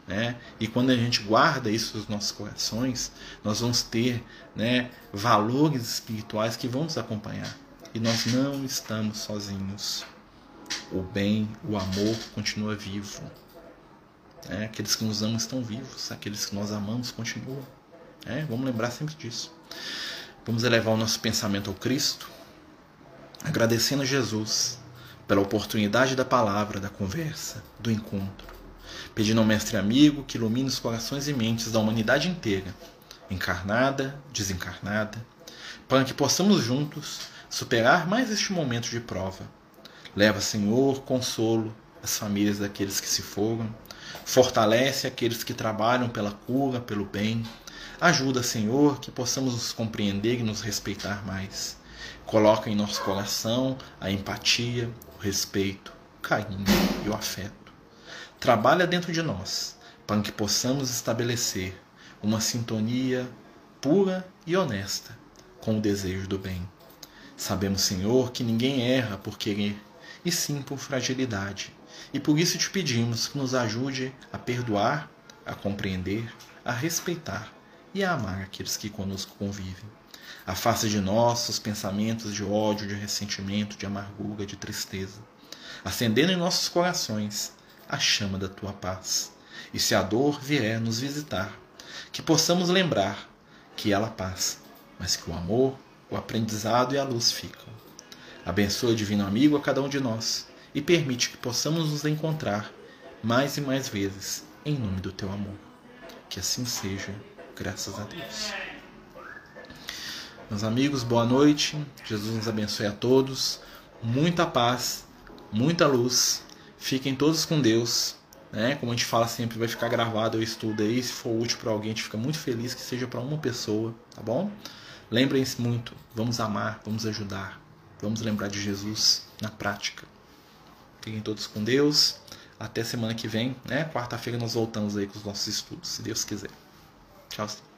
A: né? E quando a gente guarda isso nos nossos corações, nós vamos ter, né, valores espirituais que vão nos acompanhar. E nós não estamos sozinhos. O bem, o amor continua vivo. É, aqueles que nos amam estão vivos, aqueles que nós amamos continuam. É, vamos lembrar sempre disso. Vamos elevar o nosso pensamento ao Cristo, agradecendo a Jesus pela oportunidade da palavra, da conversa, do encontro, pedindo ao Mestre Amigo que ilumine os corações e mentes da humanidade inteira, encarnada, desencarnada, para que possamos juntos superar mais este momento de prova. Leva, Senhor, consolo às famílias daqueles que se foram, fortalece aqueles que trabalham pela cura, pelo bem. Ajuda, Senhor, que possamos nos compreender e nos respeitar mais. Coloca em nosso coração a empatia, o respeito, o carinho e o afeto. Trabalha dentro de nós para que possamos estabelecer uma sintonia pura e honesta com o desejo do bem. Sabemos, Senhor, que ninguém erra por querer, e sim por fragilidade. E por isso te pedimos que nos ajude a perdoar, a compreender, a respeitar e a amar aqueles que conosco convivem. Afasta de nós os pensamentos de ódio, de ressentimento, de amargura, de tristeza, acendendo em nossos corações a chama da tua paz. E se a dor vier nos visitar, que possamos lembrar que ela passa, mas que o amor, o aprendizado e a luz ficam. Abençoa, divino amigo, a cada um de nós e permite que possamos nos encontrar mais e mais vezes em nome do teu amor. Que assim seja, graças a Deus. Meus amigos, boa noite. Jesus nos abençoe a todos. Muita paz, muita luz. Fiquem todos com Deus. Né? Como a gente fala sempre, vai ficar gravado o estudo aí. Se for útil para alguém, a gente fica muito feliz que seja para uma pessoa, tá bom? Lembrem-se muito, vamos amar, vamos ajudar, vamos lembrar de Jesus na prática. Fiquem todos com Deus. Até semana que vem, né? Quarta-feira nós voltamos aí com os nossos estudos, se Deus quiser. Tchau.